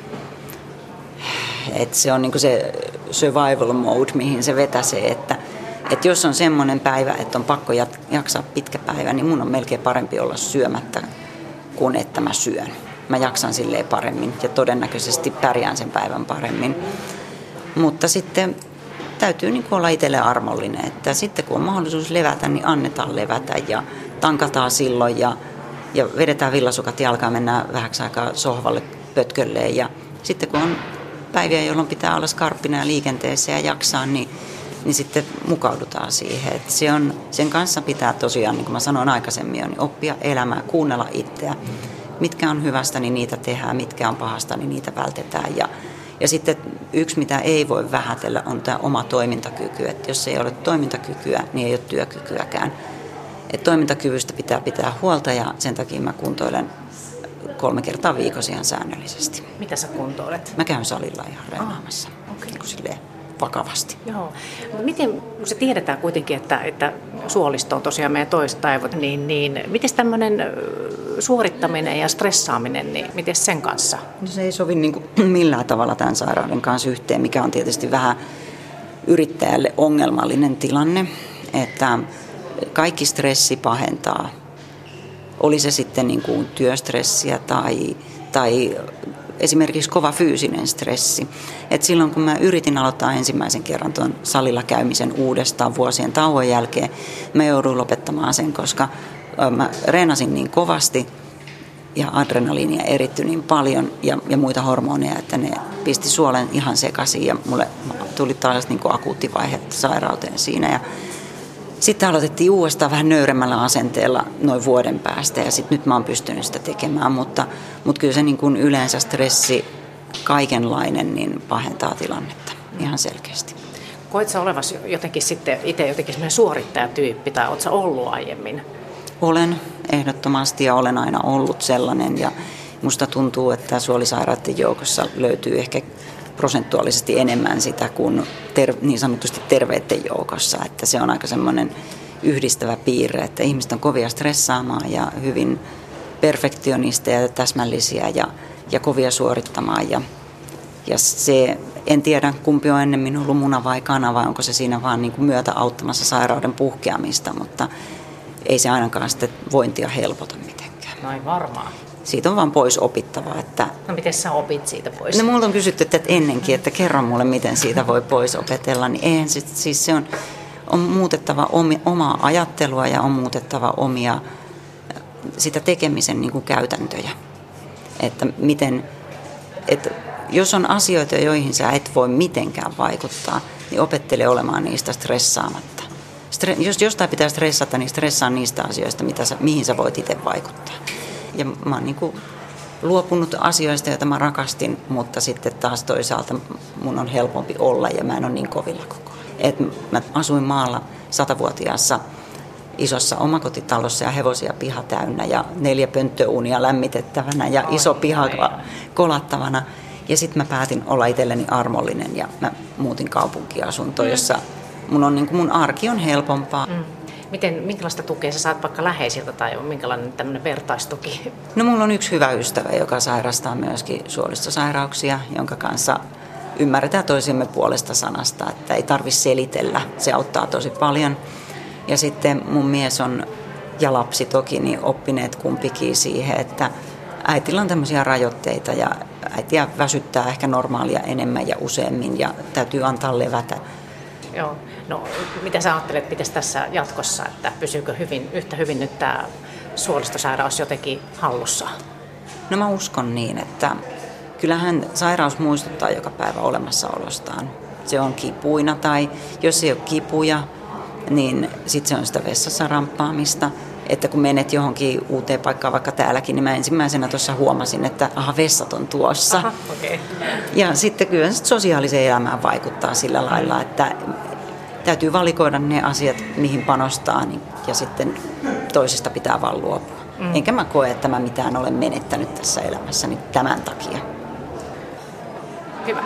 Et se on niinku se survival mode, mihin se vetäsee, että et jos on semmoinen päivä, että on pakko jaksaa pitkä päivä, niin mun on melkein parempi olla syömättä kuin että mä syön. Mä jaksan silleen paremmin ja todennäköisesti pärjään sen päivän paremmin. Mutta sitten täytyy niinku olla itselle armollinen, että sitten kun on mahdollisuus levätä, niin annetaan levätä ja tankataan silloin ja, ja vedetään villasukat jalkaan, mennään vähäksi aikaa sohvalle pötkölleen. Ja sitten kun on päiviä, jolloin pitää olla skarppina ja liikenteessä ja jaksaa, niin, niin sitten mukaudutaan siihen. Et se on, sen kanssa pitää tosiaan, niin kuin mä sanoin aikaisemmin, niin oppia elämää, kuunnella itseä. Mitkä on hyvästä, niin niitä tehdään, mitkä on pahasta, niin niitä vältetään. Ja, ja sitten yksi, mitä ei voi vähätellä, on tämä oma toimintakyky. Et jos ei ole toimintakykyä, niin ei ole työkykyäkään. Et toimintakyvystä pitää pitää huolta ja sen takia mä kuntoilen kolme kertaa viikossa ihan säännöllisesti. Mitä sä kuntoilet? Mä käyn salilla ihan reenaamassa, ah, okay. niin silleen vakavasti. Joo. Miten, kun se tiedetään kuitenkin, että, että suolisto on tosiaan meidän toiset aivot, niin, niin miten tämmöinen suorittaminen ja stressaaminen, niin miten sen kanssa? No se ei sovi niin kuin millään tavalla tämän sairauden kanssa yhteen, mikä on tietysti vähän yrittäjälle ongelmallinen tilanne, että kaikki stressi pahentaa. Oli se sitten niin kuin työstressiä tai, tai esimerkiksi kova fyysinen stressi. Et silloin kun mä yritin aloittaa ensimmäisen kerran tuon salilla käymisen uudestaan vuosien tauon jälkeen, mä jouduin lopettamaan sen, koska mä reenasin niin kovasti ja adrenaliinia erittyi niin paljon ja, ja muita hormoneja, että ne pisti suolen ihan sekaisin ja mulle tuli taas niin kuin akuuttivaihe sairauteen siinä. Ja sitten aloitettiin uudestaan vähän nöyremmällä asenteella noin vuoden päästä ja sitten nyt mä oon pystynyt sitä tekemään, mutta, mutta kyllä se niin kuin yleensä stressi kaikenlainen niin pahentaa tilannetta ihan selkeästi. Koet sä olevasi jotenkin sitten itse jotenkin semmoinen suorittajatyyppi tai oot sä ollut aiemmin? Olen ehdottomasti ja olen aina ollut sellainen ja musta tuntuu, että suolisairaiden joukossa löytyy ehkä prosentuaalisesti enemmän sitä kuin ter- niin sanotusti terveiden joukossa, että se on aika semmoinen yhdistävä piirre, että ihmiset on kovia stressaamaan ja hyvin perfektionisteja ja täsmällisiä ja, ja kovia suorittamaan ja, ja se, en tiedä kumpi on ennemmin ollut muna vai kana vai onko se siinä vaan niin kuin myötä auttamassa sairauden puhkeamista, mutta ei se ainakaan sitten vointia helpota mitenkään. No ei varmaan. Siitä on vaan pois opittavaa. Että no miten sä opit siitä pois? No multa on kysytty että ennenkin, että kerro mulle miten siitä voi pois opetella. Niin eihän se, siis se on, on muutettava omi, omaa ajattelua ja on muutettava omia sitä tekemisen niin kuin käytäntöjä. Että miten, että jos on asioita, joihin sä et voi mitenkään vaikuttaa, niin opettele olemaan niistä stressaamatta. Stre, jos jostain pitää stressata, niin stressaa niistä asioista, mitä sä, mihin sä voit itse vaikuttaa. Ja mä oon niin kuin luopunut asioista, joita mä rakastin, mutta sitten taas toisaalta mun on helpompi olla ja mä en ole niin kovilla koko ajan. Et mä asuin maalla satavuotiaassa isossa omakotitalossa ja hevosia piha täynnä ja neljä pönttöuunia lämmitettävänä ja iso piha kolattavana. Ja sitten mä päätin olla itselleni armollinen ja mä muutin kaupunkiasuntoon, jossa mun, on, niin kuin mun arki on helpompaa. Mm. Miten, minkälaista tukea sä saat vaikka läheisiltä tai minkälainen tämmöinen vertaistuki? No mulla on yksi hyvä ystävä, joka sairastaa myöskin suolistosairauksia, jonka kanssa ymmärretään toisiamme puolesta sanasta, että ei tarvitse selitellä. Se auttaa tosi paljon. Ja sitten mun mies on ja lapsi toki niin oppineet kumpikin siihen, että äitillä on tämmöisiä rajoitteita ja äitiä väsyttää ehkä normaalia enemmän ja useammin ja täytyy antaa levätä. Joo. No, mitä sä ajattelet, pitäisi tässä jatkossa, että pysyykö hyvin, yhtä hyvin nyt tämä suolistosairaus jotenkin hallussa? No mä uskon niin, että kyllähän sairaus muistuttaa joka päivä olemassaolostaan. Se on kipuina tai jos ei ole kipuja, niin sitten se on sitä vessassa ramppaamista. Että kun menet johonkin uuteen paikkaan, vaikka täälläkin, niin mä ensimmäisenä tuossa huomasin, että aha, vessat on tuossa. Aha, okay. Ja sitten kyllä sit sosiaaliseen elämään vaikuttaa sillä lailla, että täytyy valikoida ne asiat, mihin panostaa, niin, ja sitten toisista pitää vaan luopua. Mm. Enkä mä koe, että mä mitään olen menettänyt tässä elämässäni tämän takia. Hyvä.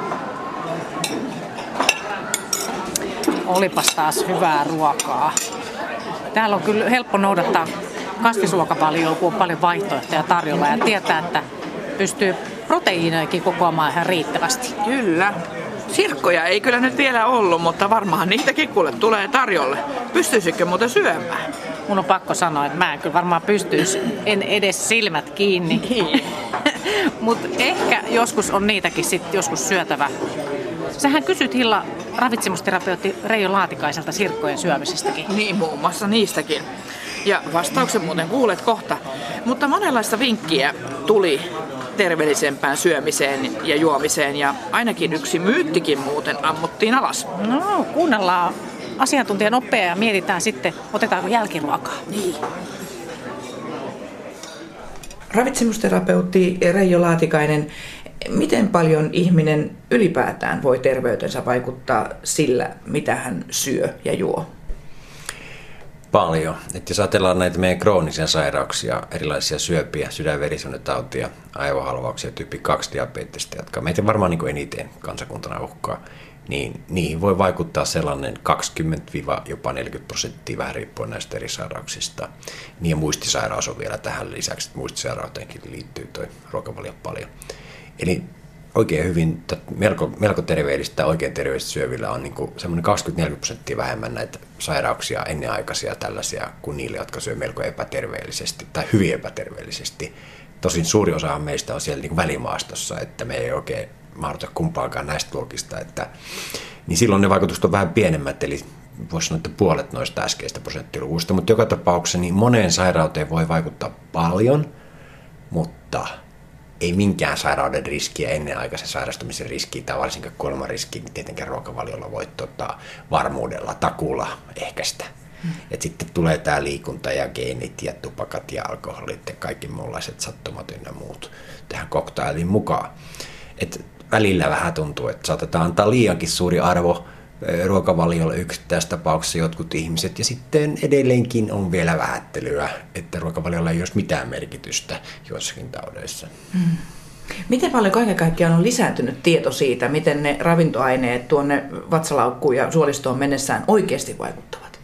Olipas taas hyvää ruokaa. Täällä on kyllä helppo noudattaa kasvisruokavalioa, kun on paljon vaihtoehtoja tarjolla ja tietää, että pystyy proteiinejakin kokoamaan ihan riittävästi. Kyllä. Sirkkoja ei kyllä nyt vielä ollut, mutta varmaan niitäkin kuule tulee tarjolle. Pystyisikö muuten syömään? Mun on pakko sanoa, että mä en kyllä varmaan pystyisi, en edes silmät kiinni. Niin. Mutta ehkä joskus on niitäkin sitten joskus syötävä. Sähän kysyt Hilla ravitsemusterapeutti Reijo Laatikaiselta sirkkojen syömisestäkin. Niin, muun muassa niistäkin. Ja vastauksen muuten kuulet kohta. Mutta monenlaista vinkkiä tuli terveellisempään syömiseen ja juomiseen. Ja ainakin yksi myyttikin muuten ammuttiin alas. No, kuunnellaan asiantuntijan oppia ja mietitään sitten, otetaanko jälkiruokaa. Niin. Ravitsemusterapeutti Reijo Laatikainen, miten paljon ihminen ylipäätään voi terveytensä vaikuttaa sillä, mitä hän syö ja juo? Paljon. Et jos ajatellaan näitä meidän kroonisia sairauksia, erilaisia syöpiä, sydänverisuonitautia, aivohalvauksia, tyyppi kaksi diabetesta, jotka meitä varmaan niin kuin eniten kansakuntana uhkaa, niin niihin voi vaikuttaa sellainen kaksikymmentä jopa neljäkymmentä prosenttia vähän riippuen näistä eri sairauksista. Niin ja muistisairaus on vielä tähän lisäksi, että muistisairauteenkin liittyy tuo ruokavalio paljon. Eli oikein hyvin, melko, melko terveellistä, oikein terveellistä syövillä on niin kuin semmoinen kaksikymmentä neljäkymmentä prosenttia vähemmän näitä sairauksia, ennenaikaisia tällaisia, kuin niille, jotka syö melko epäterveellisesti tai hyvin epäterveellisesti. Tosin suuri osa meistä on siellä niin kuin välimaastossa, että me ei oikein mahdollista kumpaakaan näistä luokista, että, niin silloin ne vaikutukset on vähän pienemmät, eli voisi sanoa, että puolet noista äskeistä prosenttiluvuista, mutta joka tapauksessa niin moneen sairauteen voi vaikuttaa paljon, mutta ei minkään sairauden riskiä, ennenaikaisen sairastumisen riskiä tai varsinkaan kuoleman riskiä, niin tietenkään ruokavaliolla voi tota, varmuudella, takuulla ehkäistä. Hmm. Et sitten tulee tämä liikunta ja geenit ja tupakat ja alkoholit ja kaikki muunlaiset sattumat ynnä muut tähän koktailiin mukaan. Et välillä vähän tuntuu, että saatetaan antaa liiankin suuri arvo ruokavaliolla yksittäistapauksessa jotkut ihmiset, ja sitten edelleenkin on vielä vähättelyä, että ruokavaliolla ei olisi mitään merkitystä joissakin taudeissa. Hmm. Miten paljon kaiken kaikkiaan on lisääntynyt tieto siitä, miten ne ravintoaineet tuonne vatsalaukkuun ja suolistoon mennessään oikeasti vaikuttavat?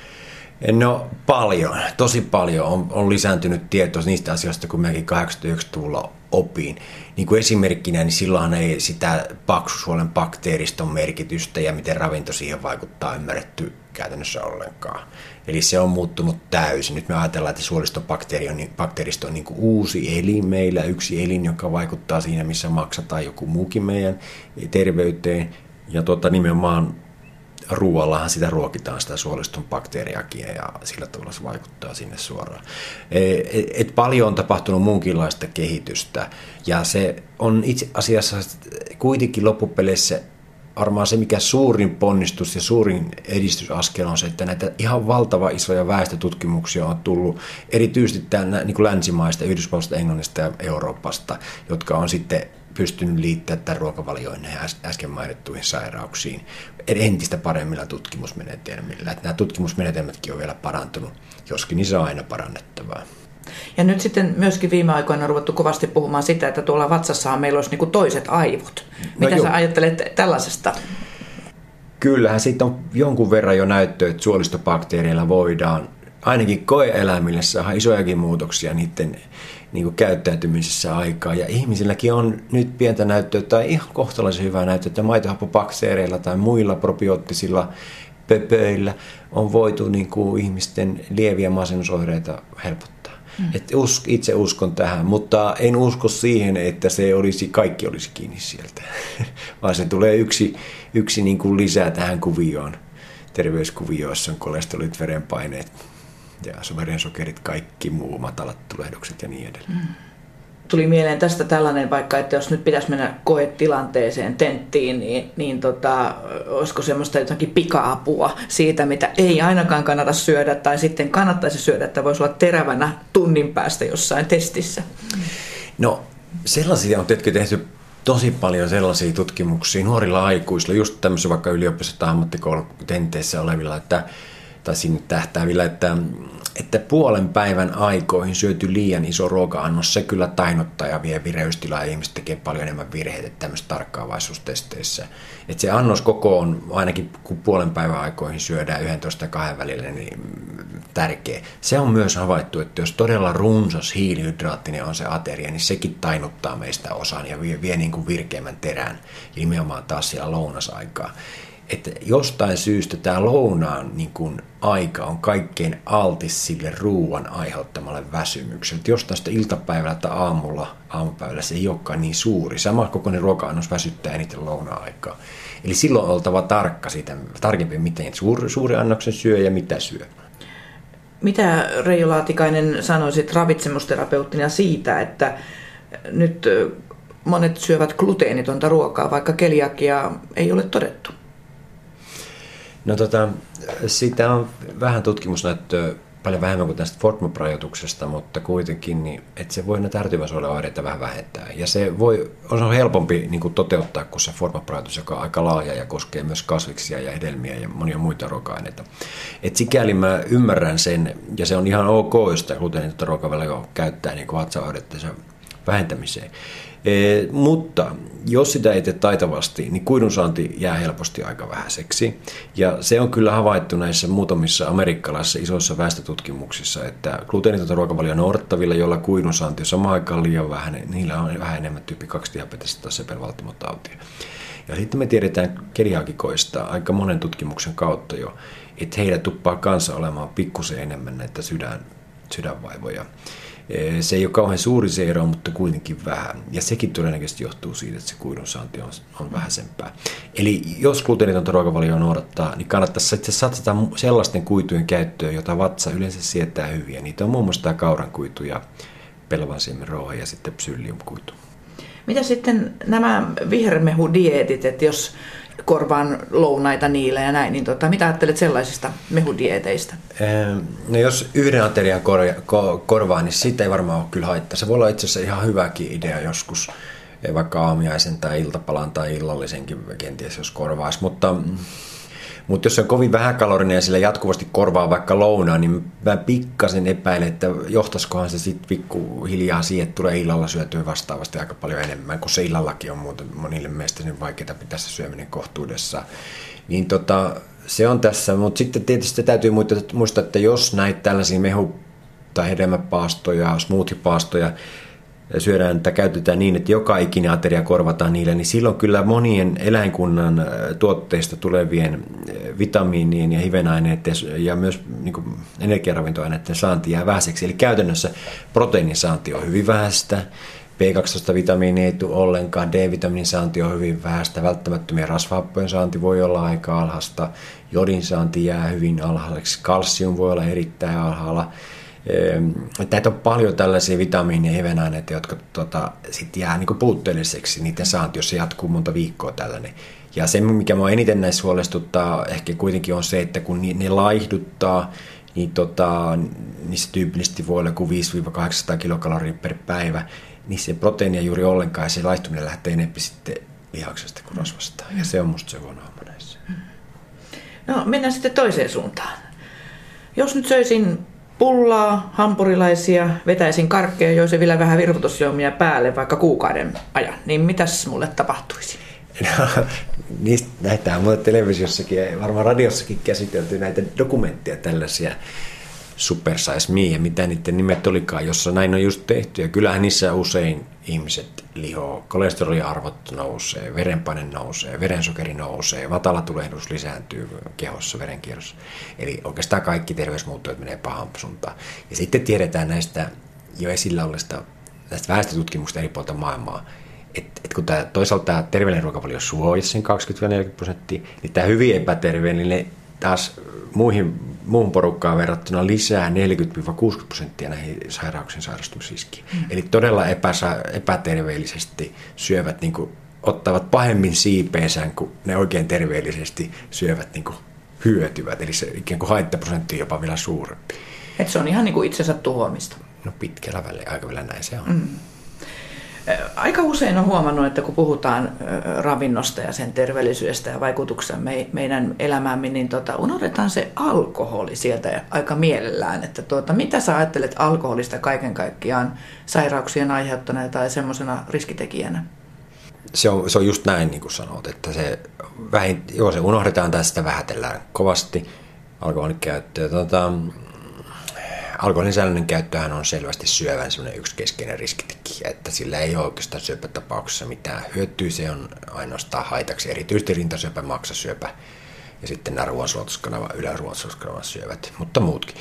No paljon, tosi paljon on, on lisääntynyt tieto niistä asioista, kun mäkin kahdeksankymmentäyhdeksänkymmentäluvulla opin. Niin kuin esimerkkinä, niin silloin ei sitä paksusuolen bakteeriston merkitystä ja miten ravinto siihen vaikuttaa ymmärretty käytännössä ollenkaan. Eli se on muuttunut täysin. Nyt me ajatellaan, että suolistobakteeri on, bakteeristo on niin kuin uusi elin meillä, yksi elin, joka vaikuttaa siinä, missä maksataan joku muukin meidän terveyteen. Ja tuota, nimenomaan ruoallahan sitä ruokitaan, sitä suoliston bakteeriakin, ja sillä tavalla se vaikuttaa sinne suoraan. Et, et paljon on tapahtunut muunkinlaista kehitystä, ja se on itse asiassa kuitenkin loppupeleissä varmaan se, mikä suurin ponnistus ja suurin edistysaskel on se, että näitä ihan valtava isoja väestötutkimuksia on tullut erityisesti täällä, niin kuin länsimaista, Yhdysvalloista, Englannista ja Euroopasta, jotka on sitten pystynyt liittämään tämän ruokavalioon äsken mainittuihin sairauksiin entistä paremmilla tutkimusmenetelmillä. Että nämä tutkimusmenetelmätkin on vielä parantunut, joskin niissä on aina parannettavaa. Ja nyt sitten myöskin viime aikoina on ruvettu kovasti puhumaan sitä, että tuolla vatsassahan meillä olisi niinku toiset aivot. Mitä no sä ajattelet tällaisesta? Kyllähän siitä on jonkun verran jo näyttöä, että suolistobakteereilla voidaan ainakin koe-eläimille saada isojakin muutoksia niiden niin kuin käyttäytymisessä aikaa. Ja ihmisilläkin on nyt pientä näyttöä tai ihan kohtalaisen hyvää näyttöä, että maitohappobakteereilla tai muilla probioottisilla pöpöillä on voitu niin kuin ihmisten lieviä masennusoireita helpottaa. Mm. Et usk, itse uskon tähän, mutta en usko siihen, että se olisi, kaikki olisi kiinni sieltä, vaan se tulee yksi, yksi niin kuin lisää tähän kuvioon, terveyskuvioon, jossa on kolesterolit, verenpaineet ja verensokerit, kaikki muu, matalat tulehdukset ja niin edelleen. Mm. Tuli mieleen tästä tällainen vaikka, että jos nyt pitäisi mennä koetilanteeseen, tenttiin, niin, niin tota, olisiko semmoista jotakin pika-apua siitä, mitä ei ainakaan kannata syödä tai sitten kannattaisi syödä, että voisi olla terävänä tunnin päästä jossain testissä? No sellaisia on tietenkin tehty tosi paljon sellaisia tutkimuksia nuorilla aikuisilla, just tämmöisissä vaikka yliopistossa tai ammattikoulutenteissä olevilla, että, tai sinne tähtäävillä, että että puolen päivän aikoihin syöty liian iso ruoka-annos, se kyllä tainottaa ja vie vireystilaa, ja ihmiset tekee paljon enemmän virheitä tämmöisissä tarkkaavaisuustesteissä. Että se annos koko on, ainakin kun puolen päivän aikoihin syödään yksitoista ja kahden välillä, niin tärkeä. Se on myös havaittu, että jos todella runsas hiilihydraattinen on se ateria, niin sekin tainuttaa meistä osan ja vie, vie niin kuin virkeämmän terän, ja nimenomaan taas siellä lounasaikaa. Että jostain syystä tämä lounaan niin kun aika on kaikkein altis sille ruuan aiheuttamalle väsymykselle. Että jostain sitä iltapäivällä tai aamulla, aamupäivällä se ei olekaan niin suuri. Sama kokoinen ruoka-annos väsyttää eniten lounaan-aikaa. Eli silloin on oltava tarkka siitä, tarkempi, miten suuri, suuri annoksen syö ja mitä syö. Mitä Reijo Laatikainen sanoisit ravitsemusterapeuttina siitä, että nyt monet syövät gluteenitonta ruokaa, vaikka keliakiaa ei ole todettu? No tota, sitä on vähän tutkimusnäyttöä, paljon vähemmän kuin tästä FODMAP-rajoituksesta, mutta kuitenkin, niin, että se voi näitä ärtyväsuoleoireita vähän vähentää. Ja se voi, on helpompi niin kuin toteuttaa kuin se FODMAP-rajoitus, joka on aika laaja ja koskee myös kasviksia ja hedelmiä ja monia muita ruoka-aineita. Et sikäli mä ymmärrän sen, ja se on ihan ok, jos sitä gluteenitonta ruokavalioa käyttää niin kuin vatsaoireittensa vähentämiseen. E, mutta jos sitä ei tee taitavasti, niin kuidun saanti jää helposti aika vähäiseksi. Ja se on kyllä havaittu näissä muutamissa amerikkalaisissa isoissa väestötutkimuksissa, että gluteenitonta ruokavalio noudattavilla, joilla kuidun saanti on samaan aikaan liian vähän, niillä on vähän enemmän tyyppi kaksi diabetesta tai sepelvaltimotautia. Ja sitten me tiedetään keliaakikoista aika monen tutkimuksen kautta jo, että heillä tuppaa kanssa olemaan pikkusen enemmän näitä sydän, sydänvaivoja. Se ei ole kauhean suuri se ero, mutta kuitenkin vähän. Ja sekin todennäköisesti johtuu siitä, että se kuidun saanti on, on vähäisempää. Eli jos gluteenitonta ruokavalioa noudattaa, niin kannattaisi satsata sellaisten kuitujen käyttöön, jota vatsa yleensä sietää hyviä. Niitä on muun muassa tämä kaurankuitu ja pelvansiemenrouhe ja sitten psylliumkuitu. Mitä sitten nämä vihermehudieetit, että jos korvaan lounaita niillä ja näin, niin tota, mitä ajattelet sellaisista mehudieteistä? No jos yhden aterian kor- ko- korvaa, niin siitä ei varmaan ole kyllä haittaa. Se voi olla itse asiassa ihan hyväkin idea joskus, vaikka aamiaisen tai iltapalan tai illallisenkin kenties jos korvaisi, mutta... Mutta jos se on kovin vähäkalorinen ja sillä jatkuvasti korvaa vaikka lounaan, niin mä pikkasen epäilen, että johtaisikohan se sitten pikkuhiljaa siihen, että tulee illalla syötyä vastaavasti aika paljon enemmän, kun se illallakin on muuten monille meistä niin vaikeaa pitää se syöminen kohtuudessa. Niin tota, se on tässä, mutta sitten tietysti täytyy muistaa, että jos näitä tällaisia mehu- tai hedelmäpaastoja, smoothie-paastoja syödään tai käytetään niin, että joka ikinen ateria korvataan niillä, niin silloin kyllä monien eläinkunnan tuotteista tulevien vitamiinien ja hivenaineiden ja myös niin kuin energiaravintoaineiden saanti jää vähäiseksi. Eli käytännössä proteiinin saanti on hyvin vähäistä, B kaksitoista-vitamiini ei tule ollenkaan, D-vitamiinin saanti on hyvin vähäistä, välttämättömien rasvahappojen saanti voi olla aika alhaista, jodin saanti jää hyvin alhaiseksi, kalsium voi olla erittäin alhaalla. Näitä on paljon tällaisia vitamiineja ja hivenaineita, jotka tota, sit jää niinku puutteelliseksi niiden saanti, jos se jatkuu monta viikkoa tällainen. Ja se, mikä minua eniten näissä huolestuttaa, ehkä kuitenkin on se, että kun ne laihduttaa, niin tota, niissä tyypillisesti voi olla joku viisi kahdeksansataa kilokaloria per päivä, niin se proteiini ei juuri ollenkaan, ja se laihtuminen lähtee enemmän sitten lihaksesta kuin rasvasta. Ja se on musta se huono homma näissä. No mennään sitten toiseen suuntaan. Jos nyt söisin pullaa, hampurilaisia, vetäisin karkkeja, joisin vielä vähän virvoitusjuomia päälle vaikka kuukauden ajan, niin mitäs mulle tapahtuisi? No, niistä, näitä on mulle televisiossakin ja varmaan radiossakin käsitelty näitä dokumentteja tällaisia Super Size Me ja mitä niiden nimet olikaan, jossa näin on just tehty. Ja kyllähän niissä usein ihmiset lihoo, kolesteroliarvot nousee, verenpaine nousee, verensokeri nousee, vatalatulehdus lisääntyy kehossa, verenkierrossa. Eli oikeastaan kaikki terveysmuuttujat menee pahan suuntaan. Ja sitten tiedetään näistä jo esillä olleista näistä väestötutkimuksista eri puolta maailmaa, että et kun tää, toisaalta tämä terveellinen ruokavalio suojasi sen kaksikymmentä neljäkymmentä prosenttia, niin tämä hyvin epäterveellinen niin taas muihin, muuhun porukkaan verrattuna lisää neljäkymmentä kuusikymmentä prosenttia näihin sairauksien sairastumisriskiin. Mm. Eli todella epäsa, epäterveellisesti syövät, niin kuin, ottavat pahemmin siipeensä, kun ne oikein terveellisesti syövät niin kuin, hyötyvät. Eli se ikään kuin haittaprosentti on jopa vielä suurempi. Et se on ihan niin kuin itsensä tuhoamista. No pitkällä aikavälillä näin se on. Mm. Aika usein on huomannut, että kun puhutaan ravinnosta ja sen terveellisyydestä ja vaikutuksesta meidän elämäämme, niin tota, unohdetaan se alkoholi sieltä aika mielellään. Että tuota, mitä sä ajattelet alkoholista kaiken kaikkiaan sairauksien aiheuttajana tai semmoisena riskitekijänä? Se on, se on just näin, niin kuin sanot, että se, vähin, joo, se unohdetaan tai sitä vähätellään kovasti alkoholin käyttöä. Tota, Alkoholin säännöllinen käyttöhän on selvästi syövän sellainen yksi keskeinen riskitekijä, että sillä ei ole oikeastaan syöpätapauksessa mitään hyötyä, se on ainoastaan haitaksi, erityisesti rintasyöpä, maksasyöpä ja sitten nämä ruoansulatuskanavan, yläruoansulatuskanavan syövät, mutta muutkin.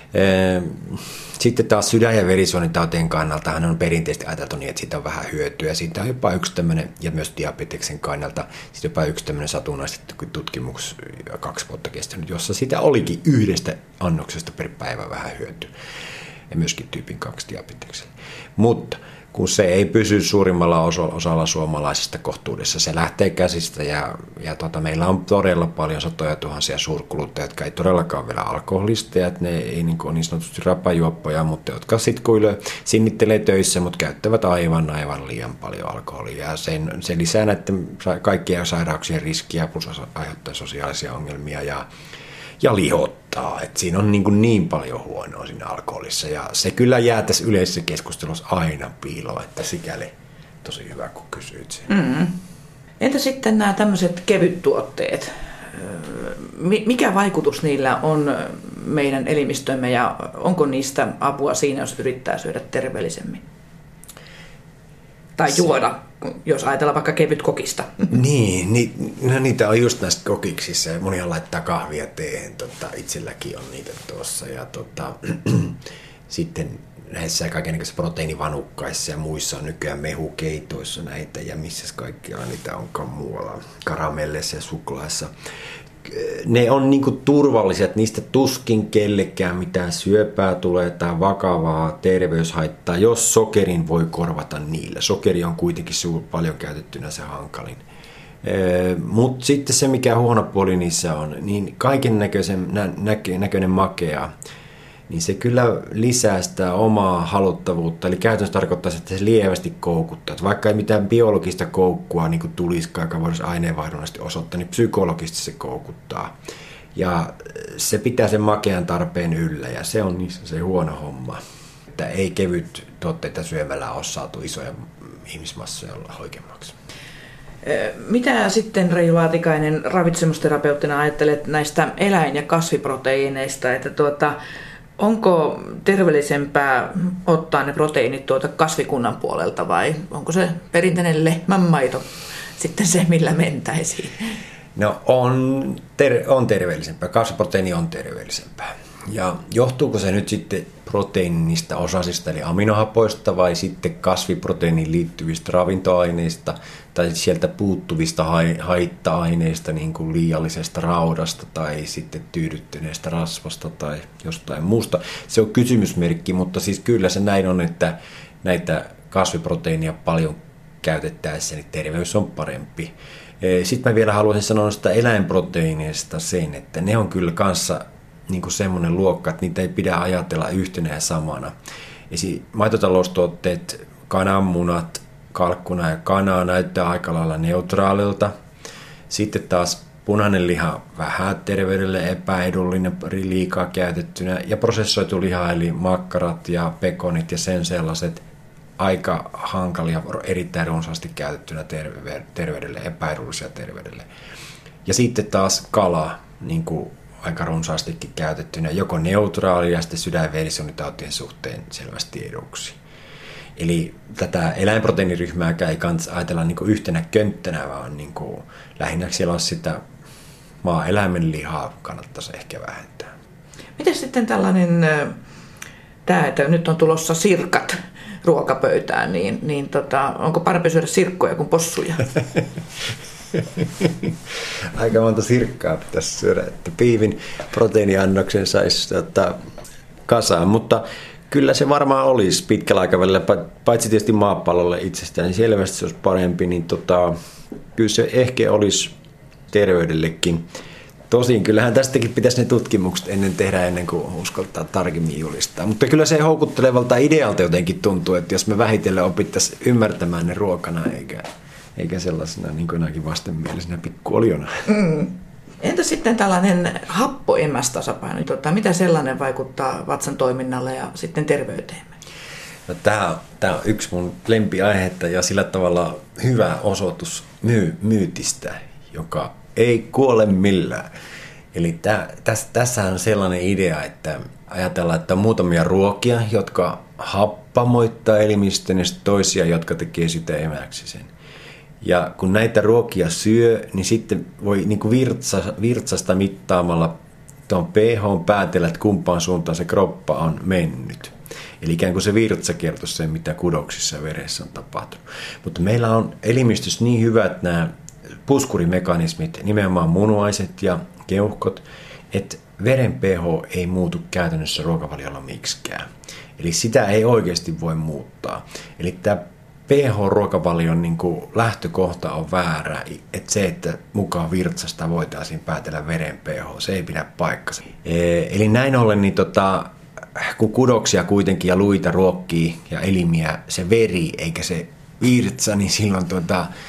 Sitten taas sydän- ja verisuonitautien kannaltahan on perinteisesti ajateltu niin, että siitä on vähän hyötyä. Siitä on jopa yksi tämmöinen, ja myös diabeteksen kannalta, siitä jopa yksi tämmöinen satunnaistettu tutkimus kaksi vuotta kestänyt, jossa siitä olikin yhdestä annoksesta per päivä vähän hyötyä. Ja myöskin tyypin kaksi diabetekselle. Mutta kun se ei pysy suurimmalla osalla suomalaisista kohtuudessa, se lähtee käsistä ja, ja tota, meillä on todella paljon satoja tuhansia suurkuluttajia, jotka ei todellakaan vielä alkoholisteja, että ne ei niin, kuin, niin sanotusti rapajuoppoja, mutta jotka sitten kuilee, sinnittelee töissä, mutta käyttävät aivan aivan liian paljon alkoholia. Ja sen, se lisää näiden kaikkien sairauksien riskiä, plus aiheuttaa sosiaalisia ongelmia ja ja lihottaa. Et siinä on niin, niin paljon huonoa siinä alkoholissa. Ja se kyllä jää tässä yleisessä keskustelussa aina piiloon, että sikäli tosi hyvä, kun kysyit sen. Mm. Entä sitten nämä tämmöiset kevyttuotteet? Mikä vaikutus niillä on meidän elimistömme ja onko niistä apua siinä, jos yrittää syödä terveellisemmin? Tai juoda, jos ajatellaan vaikka kevyt kokista. Niin, ni, no niitä on just näistä kokiksissa ja monihan laittaa kahvia teehen. Tota, itselläkin on niitä tuossa. Ja tota, sitten näissä kaikennäköisissä proteiinivanukkaissa ja muissa on nykyään mehukeitoissa näitä ja missä kaikkialla niitä onkaan muualla, karamelleissa ja suklaissa. Ne on niinku turvalliset, niistä tuskin kellekään mitään syöpää tulee tai vakavaa terveyshaittaa, jos sokerin voi korvata niillä. Sokeri on kuitenkin paljon käytettynä se hankalin. Mutta sitten se, mikä huono puoli niissä on, niin kaiken näköisen, nä, näkö, näköinen makea, niin se kyllä lisää sitä omaa haluttavuutta. Eli käytännössä tarkoittaa, että se lievästi koukuttaa. Että vaikka ei mitään biologista koukkua niin kuin tulisikaan, joka voisi aineenvaihdunnasti osoittaa, niin psykologisesti se koukuttaa. Ja se pitää sen makean tarpeen yllä, ja se on niissä se huono homma. Että ei kevyt tuotteita syömällä ole saatu isoja ihmismassoja hoikemmaksi. Mitä sitten, Reijo Laatikainen, ravitsemusterapeuttina ajattelet näistä eläin- ja kasviproteiineista, että tuota, onko terveellisempää ottaa ne proteiinit tuota kasvikunnan puolelta vai onko se perinteinen lehmänmaito sitten se, millä mentäisiin? No on, ter- on terveellisempää, kasviproteiini on terveellisempää. Ja johtuuko se nyt sitten proteiinista osasista eli aminohapoista vai sitten kasviproteiiniin liittyvistä ravintoaineista tai sieltä puuttuvista haitta-aineista niin kuin liiallisesta raudasta tai sitten tyydyttyneestä rasvasta tai jostain muusta. Se on kysymysmerkki, mutta siis kyllä se näin on, että näitä kasviproteiinia paljon käytettäessä niin terveys on parempi. Sitten mä vielä haluaisin sanoa sitä eläinproteiineista sen, että ne on kyllä kanssa niin kuin semmoinen luokka, että niitä ei pidä ajatella yhtenä ja samana. Esi- maitotaloustuotteet, kananmunat, kalkkuna ja kanaa näyttää aika lailla neutraalilta. Sitten taas punainen liha vähän terveydelle epäedullinen, liikaa käytettynä. Ja prosessoitu liha eli makkarat ja pekonit ja sen sellaiset aika hankalia, erittäin runsaasti käytettynä terveydelle, epäedullisia terveydelle. Ja sitten taas kala, niin kuin aika runsaastikin käytettynä, joko neutraali ja sitten sydän- ja verisuonitautien suhteen selvästi eduksi. Eli tätä eläinproteiiniryhmääkään ei kannata ajatella niin kuin yhtenä könttänä, vaan niin kuin lähinnä siellä on sitä maa-eläimen lihaa kannattaisi ehkä vähentää. Miten sitten tällainen, tämä, että nyt on tulossa sirkat ruokapöytään, niin, niin tota, onko parempi syödä sirkkoja kuin possuja? Aika monta sirkkaa pitäisi syödä, että piivin proteiiniannoksen saisi ottaa kasaan, mutta kyllä se varmaan olisi pitkällä aikavälillä, paitsi tietysti maapallolle itsestään, niin selvästi se olisi parempi, niin tota, kyllä se ehkä olisi terveydellekin. Tosin kyllähän tästäkin pitäisi ne tutkimukset ennen tehdä, ennen kuin uskaltaa tarkemmin julistaa. Mutta kyllä se houkuttelevalta idealta jotenkin tuntuu, että jos me vähitellen opittaisiin ymmärtämään ne ruokana, eikä, eikä sellaisena niin kuin jonakin vastenmielisenä pikkuoliona. Mm. Entä sitten tällainen happo-emästasapaino? Tota, mitä sellainen vaikuttaa vatsan toiminnalle ja sitten terveyteemme? No, tämä, on, tämä on yksi mun lempiaihetta ja sillä tavalla hyvä osoitus myy, myytistä, joka ei kuole millään. Eli tämä, tässä, tässä on sellainen idea, että ajatellaan, että on muutamia ruokia, jotka happamoittaa elimistön ja toisia, jotka tekee sitä emäksi sen. Ja kun näitä ruokia syö, niin sitten voi niin kuin virtsa, virtsasta mittaamalla tuon pH:n päätellä, että kumpaan suuntaan se kroppa on mennyt. Eli ikään kuin se virtsa kertoo sen, mitä kudoksissa ja veressä on tapahtunut. Mutta meillä on elimistössä niin hyvät nämä puskurimekanismit, nimenomaan munuaiset ja keuhkot, että veren pH ei muutu käytännössä ruokavaliolla miksikään. Eli sitä ei oikeasti voi muuttaa. Eli tämä pH-ruokavalion niin kuin lähtökohta on väärä, että se, että mukaan virtsasta voitaisiin päätellä veren pH, se ei pidä paikkansa. Eli näin ollen, niin tota, kun kudoksia kuitenkin ja luita ruokkii ja elimiä se veri eikä se virtsa, niin silloin tota,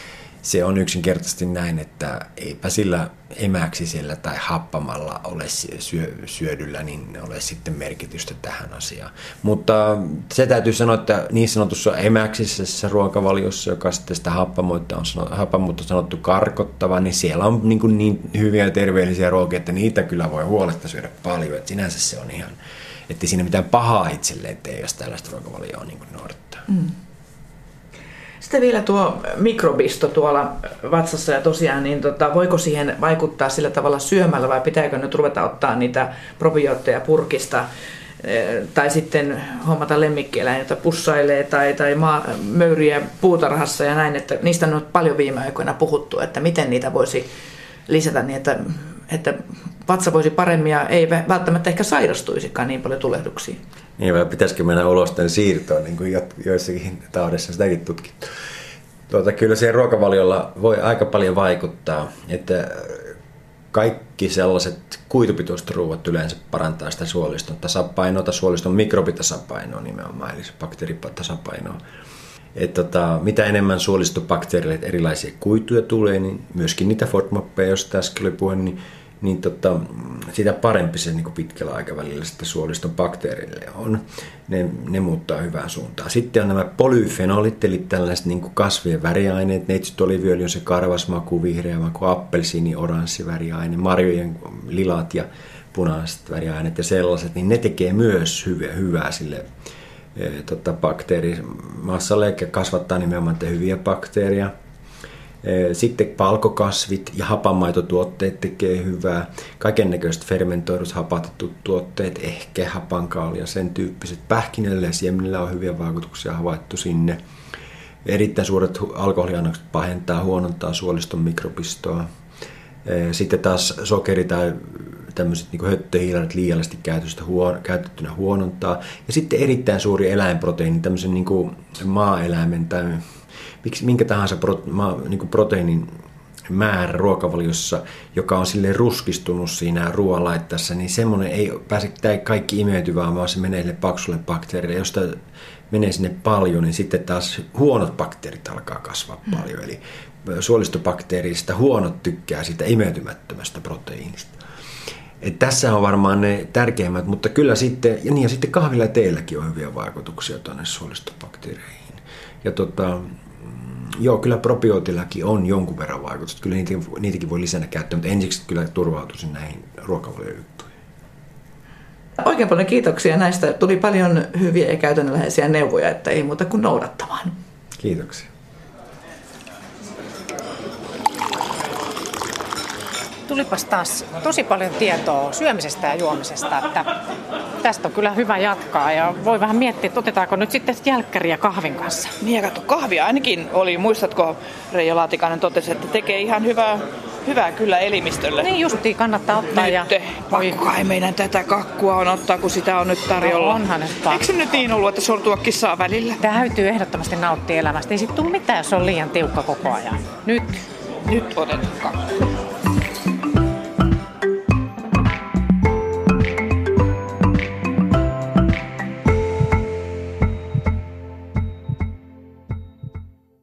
se on yksinkertaisesti näin, että eipä sillä emäksisellä tai happamalla ole syö, syödyllä, niin ole sitten merkitystä tähän asiaan. Mutta se täytyy sanoa, että niin sanotussa emäksisessä ruokavaliossa, joka sitten sitä happamuutta on, happamuutta sanottu karkottava, niin siellä on niin, kuin niin hyviä ja terveellisiä ruokia, että niitä kyllä voi huoletta syödä paljon. Että sinänsä se on ihan, ettei siinä mitään pahaa itselleen tee, jos tällaista ruokavalioa niin kuin noudattaa. Mm. Sitten vielä tuo mikrobisto tuolla vatsassa ja tosiaan, niin tota, voiko siihen vaikuttaa sillä tavalla syömällä vai pitääkö nyt ruveta ottaa niitä probiootteja purkista tai sitten hommata lemmikkieläin, jota pussailee tai, tai maa, möyriä puutarhassa ja näin, että niistä on paljon viime aikoina puhuttu, että miten niitä voisi lisätä niin, että, että vatsa voisi paremmin ja ei välttämättä ehkä sairastuisikaan niin paljon tulehduksia. Niin, vai pitäisikö mennä ulosten siirtoon, niin kuin joissakin taudessa sitäkin tutkittu. Tuota, kyllä siihen ruokavaliolla voi aika paljon vaikuttaa, että kaikki sellaiset kuitupitoiset ruuat yleensä parantaa sitä suoliston tasapainoa tai suoliston mikrobitasapainoa nimenomaan, eli se bakteeritasapainoa. Et tota, mitä enemmän suolistobakteereille erilaisia kuituja tulee, niin myöskin niitä FODMAPeja, joista äsken oli puhe, niin niin tota, sitä parempi se niin kuin pitkällä aikavälillä sitten suoliston bakteerille on. Ne, ne muuttaa hyvään suuntaan. Sitten on nämä polyfenolit, eli tällaiset niin kuin kasvien väriaineet. Neitsytoliiviöljy on se karvas maku, vihreä maku, appelsiini, oranssi väriaine, marjojen lilat ja punaiset väriaineet ja sellaiset, niin ne tekee myös hyvää, hyvää sille e, tota, bakteerimassalle, eli kasvattaa nimenomaan hyviä bakteereja. Sitten palkokasvit ja hapanmaitotuotteet tekee hyvää. Kaikennäköiset fermentoidut hapatetut tuotteet, ehkä hapankaali ja sen tyyppiset. Pähkinöillä ja siemenillä on hyviä vaikutuksia havaittu sinne. Erittäin suuret alkoholiannokset pahentaa, huonontaa suoliston mikrobistoa. Sitten taas sokeri tai tämmöiset niin höttöhiilarit liiallisesti käytettynä huonontaa. Ja sitten erittäin suuri eläinproteiini, tämmöisen niin kuin maaeläimen tai minkä tahansa niin proteiinin määrä ruokavaliossa, joka on silleen ruskistunut siinä ruoan laittaessa, niin semmoinen ei pääse kaikki imeytyvään, vaan se menee sille paksulle bakteerille. Jos sitä menee sinne paljon, niin sitten taas huonot bakteerit alkaa kasvaa mm. paljon. Eli suolistobakteerista huonot tykkää siitä imeytymättömästä proteiinista. Et tässä on varmaan ne tärkeimmät, mutta kyllä sitten, ja, niin, ja sitten kahvilla ja teilläkin on hyviä vaikutuksia tuonne suolistobakteereihin. Ja tota, joo, kyllä probiootillakin on jonkun verran vaikutusta. Kyllä niitä, niitäkin voi lisänä käyttää, mutta ensiksi kyllä turvautuisin näihin ruokavaliojuttuihin. Oikein paljon kiitoksia näistä. Tuli paljon hyviä ja käytännönläheisiä neuvoja, että ei muuta kuin noudattamaan. Kiitoksia. Tulipas taas tosi paljon tietoa syömisestä ja juomisesta, että tästä on kyllä hyvä jatkaa ja voi vähän miettiä, että otetaanko nyt sitten jälkkäriä kahvin kanssa. Niin ja katso, kahvia ainakin oli, muistatko Reijo Laatikainen totesi, että tekee ihan hyvää, hyvää kyllä elimistölle. Niin justiin kannattaa ottaa. Nyt, ja pakko kai meidän tätä kakkua on ottaa, kun sitä on nyt tarjolla. No, onhan nyt pakko. Eikö se nyt niin ollut, että sortuakin saa välillä? Täytyy ehdottomasti nauttia elämästä. Ei sitten tule mitään, jos on liian tiukka koko ajan. Nyt. Nyt otetaan kakku.